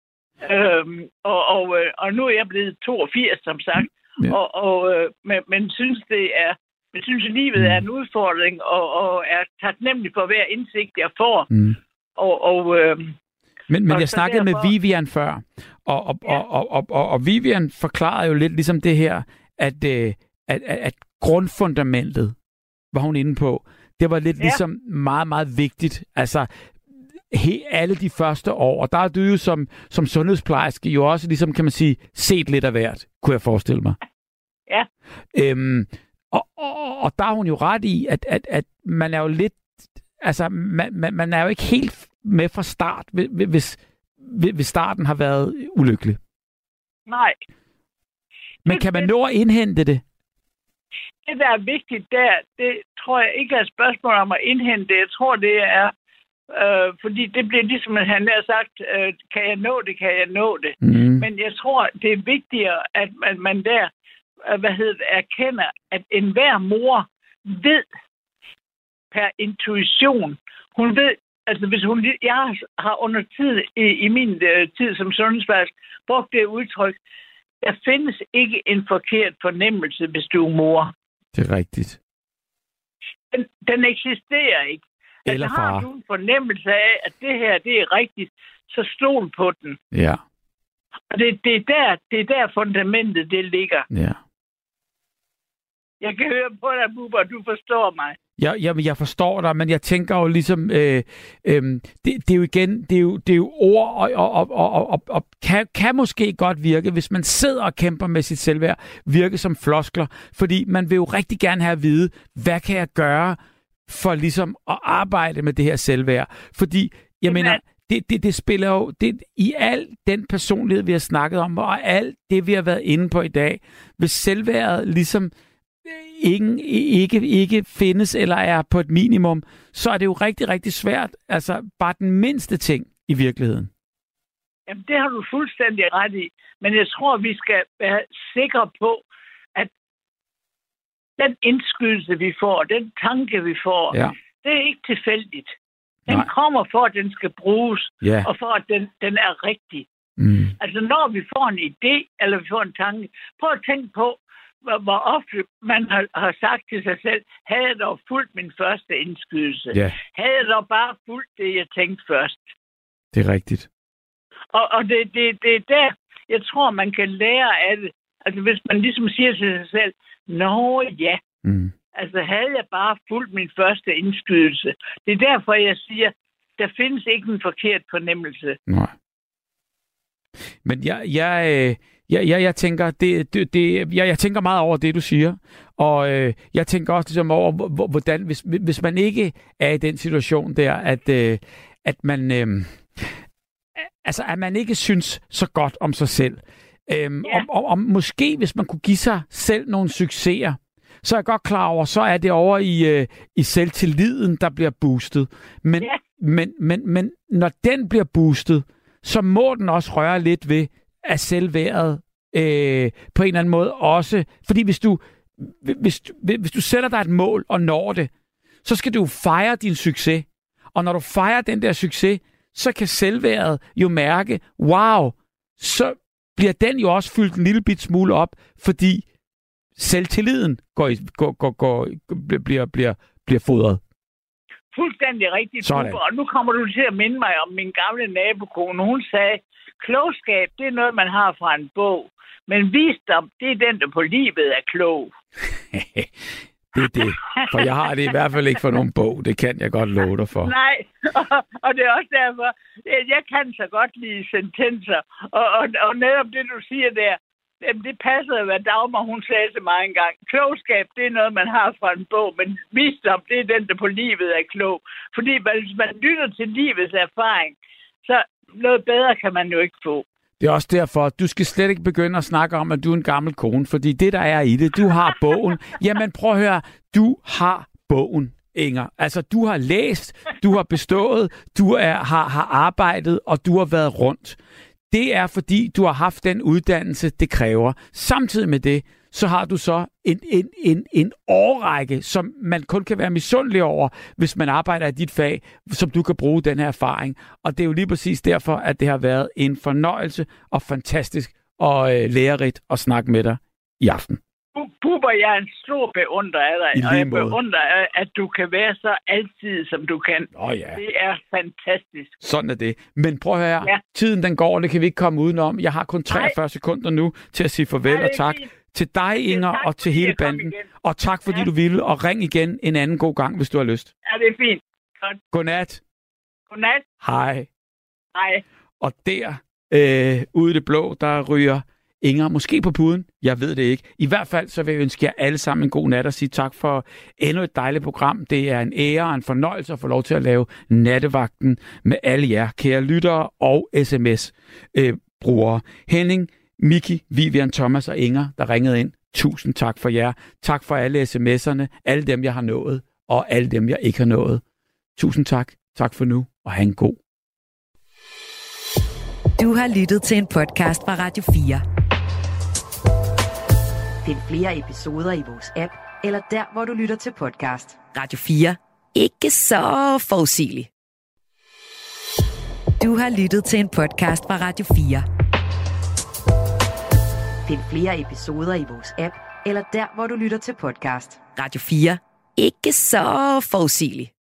Og nu er jeg blevet 82, som sagt. Ja. Men synes at livet er en udfordring, og er taknemmelig for hver indsigt, jeg får. Mm. Men jeg snakkede med Vivian før, og Vivian forklarede jo lidt ligesom det her, at grundfundamentet, var hun inde på, det var lidt ligesom meget, meget vigtigt. Altså, alle de første år, og der er du jo som sundhedsplejerske jo også ligesom, kan man sige, set lidt af hvert, kunne jeg forestille mig. Ja. Og der er hun jo ret i, at man er jo lidt, altså, man er jo ikke helt med fra start, hvis starten har været ulykkelig. Nej. Men kan man nå at indhente det? Det, der er vigtigt der, det tror jeg ikke er et spørgsmål om at indhente det. Jeg tror, det er, fordi det bliver ligesom, at han har sagt, kan jeg nå det, kan jeg nå det. Mm. Men jeg tror, det er vigtigere, at man der, erkender, at enhver mor ved per intuition. Hun ved, altså hvis jeg har under tid, i min tid som sundhedsplejerske, brugt det udtryk, der findes ikke en forkert fornemmelse, hvis du er mor. Det er rigtigt. Den eksisterer ikke. Eller altså, har du en fornemmelse af, at det her, det er rigtigt, så stol på den. Ja. Og det er der fundamentet, det ligger. Ja. Jeg kan høre på dig, Bubber, du forstår mig. Jamen, jeg forstår dig, men jeg tænker jo ligesom, det er jo igen, det er jo ord, og kan måske godt virke, hvis man sidder og kæmper med sit selvværd, virke som floskler, fordi man vil jo rigtig gerne have at vide, hvad kan jeg gøre for ligesom at arbejde med det her selvværd? Fordi, jeg mener, det spiller jo i al den personlighed, vi har snakket om, og alt det, vi har været inde på i dag, hvis selvværdet ligesom ikke findes eller er på et minimum, så er det jo rigtig, rigtig svært. Altså bare den mindste ting i virkeligheden. Jamen, det har du fuldstændig ret i. Men jeg tror, vi skal være sikre på, at den indskydelse, vi får, den tanke, vi får, det er ikke tilfældigt. Den kommer for, at den skal bruges, og for, at den er rigtig. Mm. Altså, når vi får en idé, eller vi får en tanke, prøv at tænke på, hvor ofte man har sagt til sig selv, havde jeg dog fulgt min første indskydelse. Yeah. Havde jeg dog bare fulgt det, jeg tænkte først. Det er rigtigt. Og det er der, jeg tror, man kan lære af det. Altså, hvis man ligesom siger til sig selv, nå ja, altså havde jeg bare fulgt min første indskydelse. Det er derfor, jeg siger, der findes ikke en forkert fornemmelse. Nej. Men jeg tænker, jeg tænker meget over det, du siger, og jeg tænker også ligesom over, hvordan, hvis man ikke er i den situation der, at man, altså at man ikke synes så godt om sig selv, om måske hvis man kunne give sig selv nogle succeser, så er jeg godt klar over, så er det over i selvtilliden, der bliver boostet. Men når den bliver boostet, så må den også røre lidt ved af selvværdet på en eller anden måde også. Fordi hvis du sætter dig et mål og når det, så skal du jo fejre din succes. Og når du fejrer den der succes, så kan selvværdet jo mærke, wow, så bliver den jo også fyldt en lille bit smule op, fordi selvtilliden bliver fodret. Fuldstændig rigtigt. Og nu kommer du til at minde mig om min gamle nabokone. Hun sagde, klogskab, det er noget, man har fra en bog. Men visdom, det er den, der på livet er klog. Det er det. For jeg har det i hvert fald ikke for nogen bog. Det kan jeg godt love dig for. Nej, og det er også derfor, jeg kan så godt lide sentenser. Og netop det, du siger der, det passer, hvad Dagmar, hun sagde til mig engang. Klogskab, det er noget, man har fra en bog, men visdom, det er den, der på livet er klog. Fordi hvis man lytter til livets erfaring, så noget bedre kan man jo ikke få. Det er også derfor, at du skal slet ikke begynde at snakke om, at du er en gammel kone, fordi det, der er i det, du har bogen. Jamen prøv at høre, du har bogen. Inger. Altså, du har læst, du har bestået, du har arbejdet, og du har været rundt. Det er, fordi du har haft den uddannelse, det kræver. Samtidig med det, så har du så en årrække, som man kun kan være misundelig over, hvis man arbejder i dit fag, som du kan bruge den her erfaring. Og det er jo lige præcis derfor, at det har været en fornøjelse og fantastisk og lærerigt at snakke med dig i aften. Bubber, jeg er en stor beundrer af dig, og jeg beundrer, at du kan være så altid, som du kan. Ja. Det er fantastisk. Sådan er det. Men prøv at høre, tiden den går, det kan vi ikke komme udenom. Jeg har kun 43 sekunder nu til at sige farvel og tak til dig, Inger, og til hele banden. Og tak, fordi du ville, og ring igen en anden god gang, hvis du har lyst. Ja, det er fint. Godt. Godnat. Godnat. Hej. Hej. Og der, ude i det blå, der ryger Inger måske på puden. Jeg ved det ikke. I hvert fald så vil jeg ønske jer alle sammen en god nat og sige tak for endnu et dejligt program. Det er en ære og en fornøjelse at få lov til at lave Nattevagten med alle jer, kære lyttere og sms-brugere. Henning, Miki, Vivian, Thomas og Inger, der ringede ind. Tusind tak for jer. Tak for alle sms'erne, alle dem, jeg har nået, og alle dem, jeg ikke har nået. Tusind tak. Tak for nu, og have en god. Du har lyttet til en podcast fra Radio 4. Find flere episoder i vores app, eller der, hvor du lytter til podcast. Radio 4. Ikke så forudsigeligt. Du har lyttet til en podcast fra Radio 4. Find flere episoder i vores app, eller der, hvor du lytter til podcast. Radio 4. Ikke så forudsigeligt.